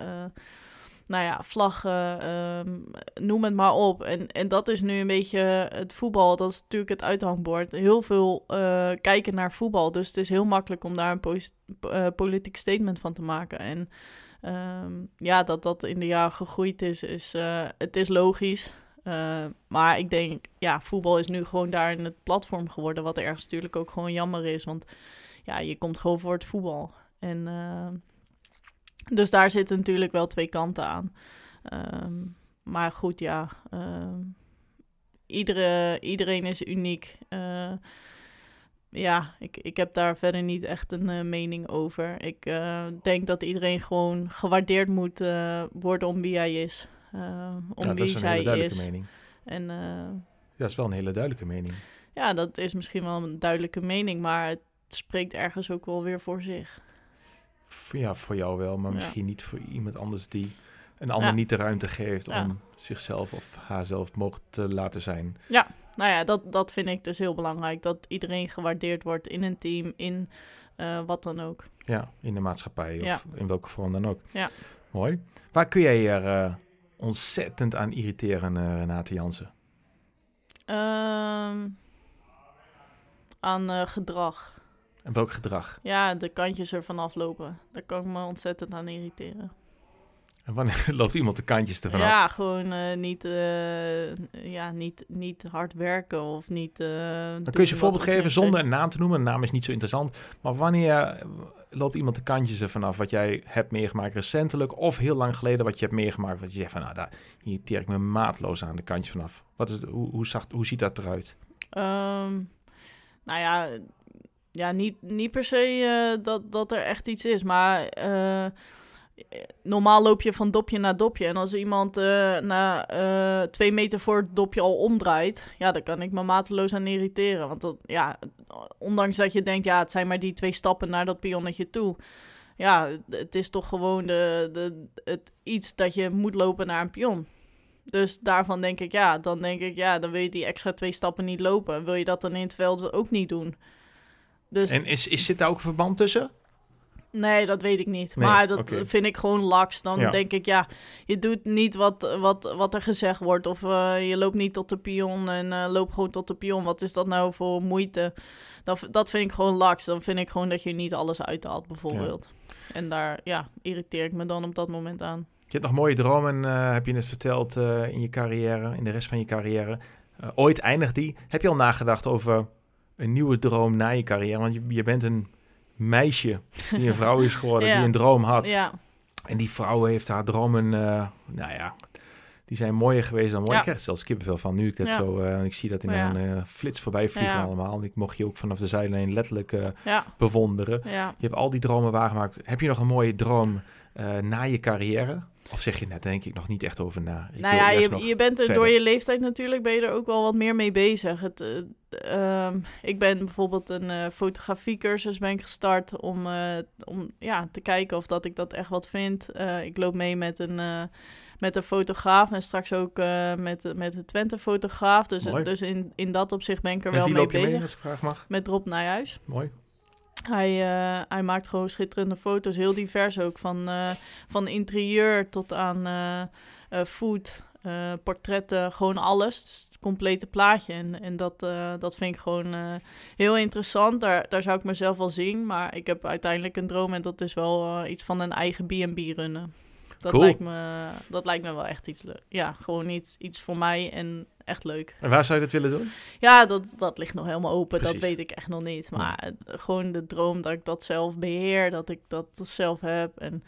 Vlaggen. Noem het maar op. En dat is nu een beetje het voetbal. Dat is natuurlijk het uithangbord. Heel veel kijken naar voetbal. Dus het is heel makkelijk om daar een politiek statement van te maken. En dat in de jaren gegroeid is het is logisch. Maar ik denk, voetbal is nu gewoon daar in het platform geworden. Wat ergens natuurlijk ook gewoon jammer is. Want je komt gewoon voor het voetbal. En dus daar zitten natuurlijk wel 2 kanten aan. Maar goed, iedereen is uniek. Ik heb daar verder niet echt een mening over. Ik denk dat iedereen gewoon gewaardeerd moet worden om wie hij is. Wie zij is. Dat is een hele duidelijke
mening.
En,
dat is wel een hele duidelijke mening.
Ja, dat is misschien wel een duidelijke mening, maar het spreekt ergens ook wel weer voor zich.
Ja, voor jou wel, maar misschien niet voor iemand anders die een ander niet de ruimte geeft om zichzelf of haarzelf mogen te laten zijn. Ja,
dat vind ik dus heel belangrijk. Dat iedereen gewaardeerd wordt in een team, in wat dan ook.
Ja, in de maatschappij of in welke vorm dan ook.
Ja.
Mooi. Waar kun jij er ontzettend aan irriteren, Renate Jansen?
Aan gedrag.
En welk gedrag?
Ja, de kantjes ervan aflopen. Daar kan ik me ontzettend aan irriteren.
En wanneer loopt iemand de kantjes ervan af?
Ja, gewoon niet hard werken of niet...
Dan kun je een voorbeeld geven zonder een naam te noemen. Een naam is niet zo interessant. Maar wanneer loopt iemand de kantjes ervan af? Wat jij hebt meegemaakt recentelijk of heel lang geleden wat je hebt meegemaakt. Wat je zegt van, nou, daar irriteer ik me maatloos aan de kantjes vanaf. Hoe ziet dat eruit?
Nou ja, niet per se dat er echt iets is. Maar normaal loop je van dopje naar dopje. En als iemand na 2 meter voor het dopje al omdraait... ja, dan kan ik me mateloos aan irriteren. Want ondanks dat je denkt... ja, het zijn maar die 2 stappen naar dat pionnetje toe... ja, het is toch gewoon het iets dat je moet lopen naar een pion. Dus daarvan denk ik, dan wil je die extra 2 stappen niet lopen. Wil je dat dan in het veld ook niet doen? Dus... En
zit daar ook een verband tussen?
Nee, dat weet ik niet. Nee, maar dat vind ik gewoon laks. Dan denk ik, je doet niet wat er gezegd wordt. Of je loopt niet tot de pion en loop gewoon tot de pion. Wat is dat nou voor moeite? Dat vind ik gewoon laks. Dan vind ik gewoon dat je niet alles uithaalt, bijvoorbeeld. Ja. En daar irriteer ik me dan op dat moment aan.
Je hebt nog mooie dromen, heb je net verteld, in je carrière, in de rest van je carrière. Ooit eindigt die. Heb je al nagedacht over een nieuwe droom na je carrière? Want je bent een meisje die een vrouw is geworden, die een droom had. Ja. En die vrouw heeft haar dromen, die zijn mooier geweest dan mooi. Ik krijg er zelfs kippenvel van nu ik dat zo... ik zie dat in een flits voorbij vliegen allemaal. En ik mocht je ook vanaf de zijlijn letterlijk bewonderen. Ja. Je hebt al die dromen waargemaakt. Heb je nog een mooie droom na je carrière? Of zeg je, daar denk ik nog niet echt over na?
Je bent er door je leeftijd natuurlijk, ben je er ook wel wat meer mee bezig. Ik ben bijvoorbeeld een fotografiecursus gestart om te kijken of dat ik dat echt wat vind. Ik loop mee met een fotograaf en straks ook met de Twente-fotograaf. Dus in dat opzicht ben ik er wel mee bezig. Wie loop je mee,
als ik vraag mag?
Met Rob Nijhuis.
Mooi.
Hij maakt gewoon schitterende foto's, heel divers ook. Van interieur tot aan food, portretten, gewoon alles. Dus het complete plaatje. En dat vind ik gewoon heel interessant. Daar zou ik mezelf wel zien. Maar ik heb uiteindelijk een droom en dat is wel iets van een eigen B&B runnen. Dat lijkt me wel echt iets leuk. Ja, gewoon iets voor mij en echt leuk.
En waar zou je dat willen doen?
Ja, dat ligt nog helemaal open. Precies. Dat weet ik echt nog niet. Maar gewoon de droom dat ik dat zelf beheer, dat ik dat zelf heb. En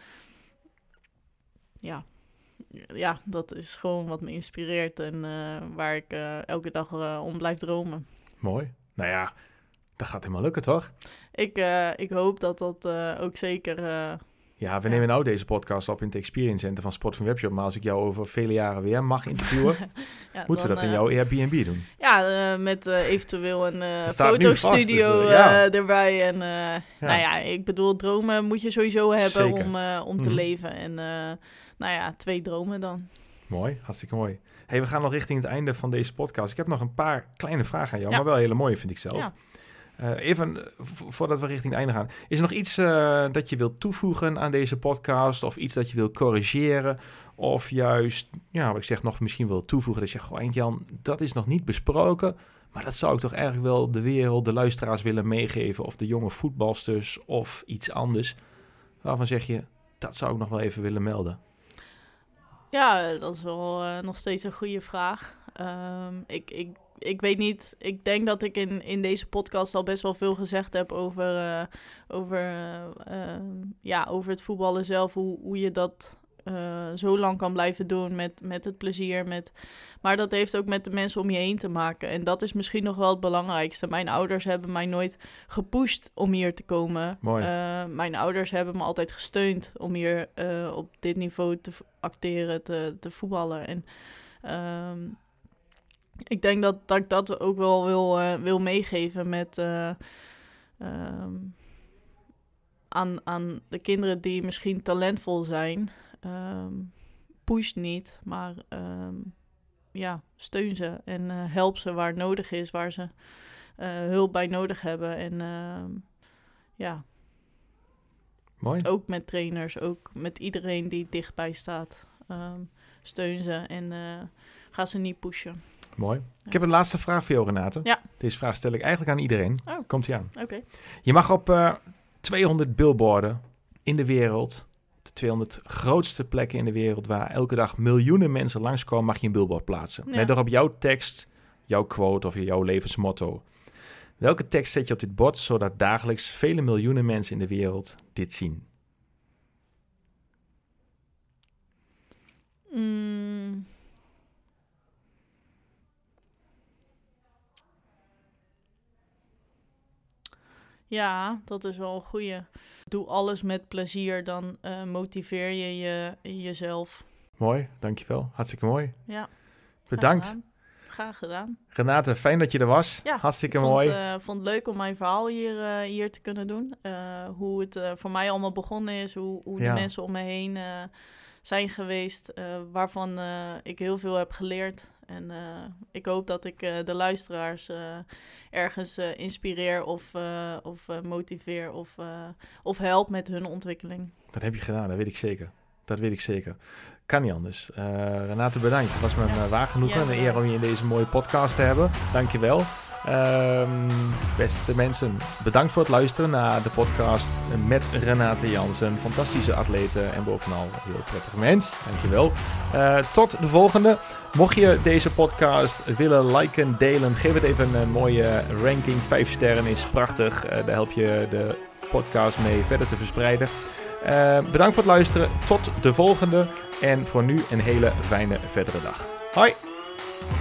ja, dat is gewoon wat me inspireert en waar ik elke dag om blijf dromen.
Mooi. Nou ja, dat gaat helemaal lukken, toch?
Ik hoop dat ook zeker...
we nemen nou deze podcast op in het Experience Center van Sport van Webshop. Maar als ik jou over vele jaren weer mag interviewen, moeten we dat in jouw Airbnb doen.
Ja, met eventueel een fotostudio erbij. En ik bedoel, dromen moet je sowieso hebben om te leven. En 2 dromen dan.
Mooi, hartstikke mooi. Hey, we gaan nog richting het einde van deze podcast. Ik heb nog een paar kleine vragen aan jou, maar wel hele mooie vind ik zelf. Ja. Even voordat we richting het einde gaan. Is er nog iets dat je wilt toevoegen aan deze podcast? Of iets dat je wilt corrigeren? Of juist, wat ik zeg, nog misschien wil toevoegen. Dat je zegt, Henk-Jan, dat is nog niet besproken. Maar dat zou ik toch eigenlijk wel de wereld, de luisteraars willen meegeven. Of de jonge voetbalsters of iets anders. Waarvan zeg je, dat zou ik nog wel even willen melden.
Ja, dat is wel nog steeds een goede vraag. Ik weet niet, ik denk dat ik in deze podcast al best wel veel gezegd heb over het voetballen zelf. Hoe je dat zo lang kan blijven doen met het plezier. Maar dat heeft ook met de mensen om je heen te maken. En dat is misschien nog wel het belangrijkste. Mijn ouders hebben mij nooit gepusht om hier te komen.
Mooi.
Mijn ouders hebben me altijd gesteund om hier op dit niveau te acteren, te voetballen. En ik denk dat ik dat ook wel wil meegeven met aan de kinderen die misschien talentvol zijn. Push niet, maar steun ze en help ze waar nodig is, waar ze hulp bij nodig hebben. En
mooi.
Ook met trainers, ook met iedereen die dichtbij staat. Steun ze en ga ze niet pushen.
Mooi. Ik heb een laatste vraag voor jou, Renate.
Ja.
Deze vraag stel ik eigenlijk aan iedereen.
Oh.
Komt-ie aan.
Oké.
Je mag op 200 billboarden in de wereld, de 200 grootste plekken in de wereld waar elke dag miljoenen mensen langskomen, mag je een billboard plaatsen.
Ja.
Met erop jouw tekst, jouw quote of jouw levensmotto. Welke tekst zet je op dit bord, zodat dagelijks vele miljoenen mensen in de wereld dit zien?
Ja, dat is wel een goeie. Doe alles met plezier, dan motiveer je jezelf.
Mooi, dankjewel. Hartstikke mooi.
Ja.
Bedankt.
Graag gedaan.
Renate, fijn dat je er was.
Ja,
Hartstikke mooi.
Ik vond het leuk om mijn verhaal hier te kunnen doen. Hoe het voor mij allemaal begonnen is. Hoe de mensen om me heen zijn geweest. Waarvan ik heel veel heb geleerd. En ik hoop dat ik de luisteraars ergens inspireer of motiveer of help met hun ontwikkeling.
Dat heb je gedaan, dat weet ik zeker. Dat weet ik zeker. Kan niet anders. Renate, bedankt. Het was me een waar genoegen en een eer om je in deze mooie podcast te hebben. Dank je wel. Beste mensen, bedankt voor het luisteren naar de podcast met Renate Jansen. Fantastische atlete en bovenal een heel prettig mens. Dank je wel. Tot de volgende. Mocht je deze podcast willen liken, delen, geef het even een mooie ranking. 5 sterren is prachtig. Daar help je de podcast mee verder te verspreiden. Bedankt voor het luisteren. Tot de volgende. En voor nu een hele fijne verdere dag. Hoi!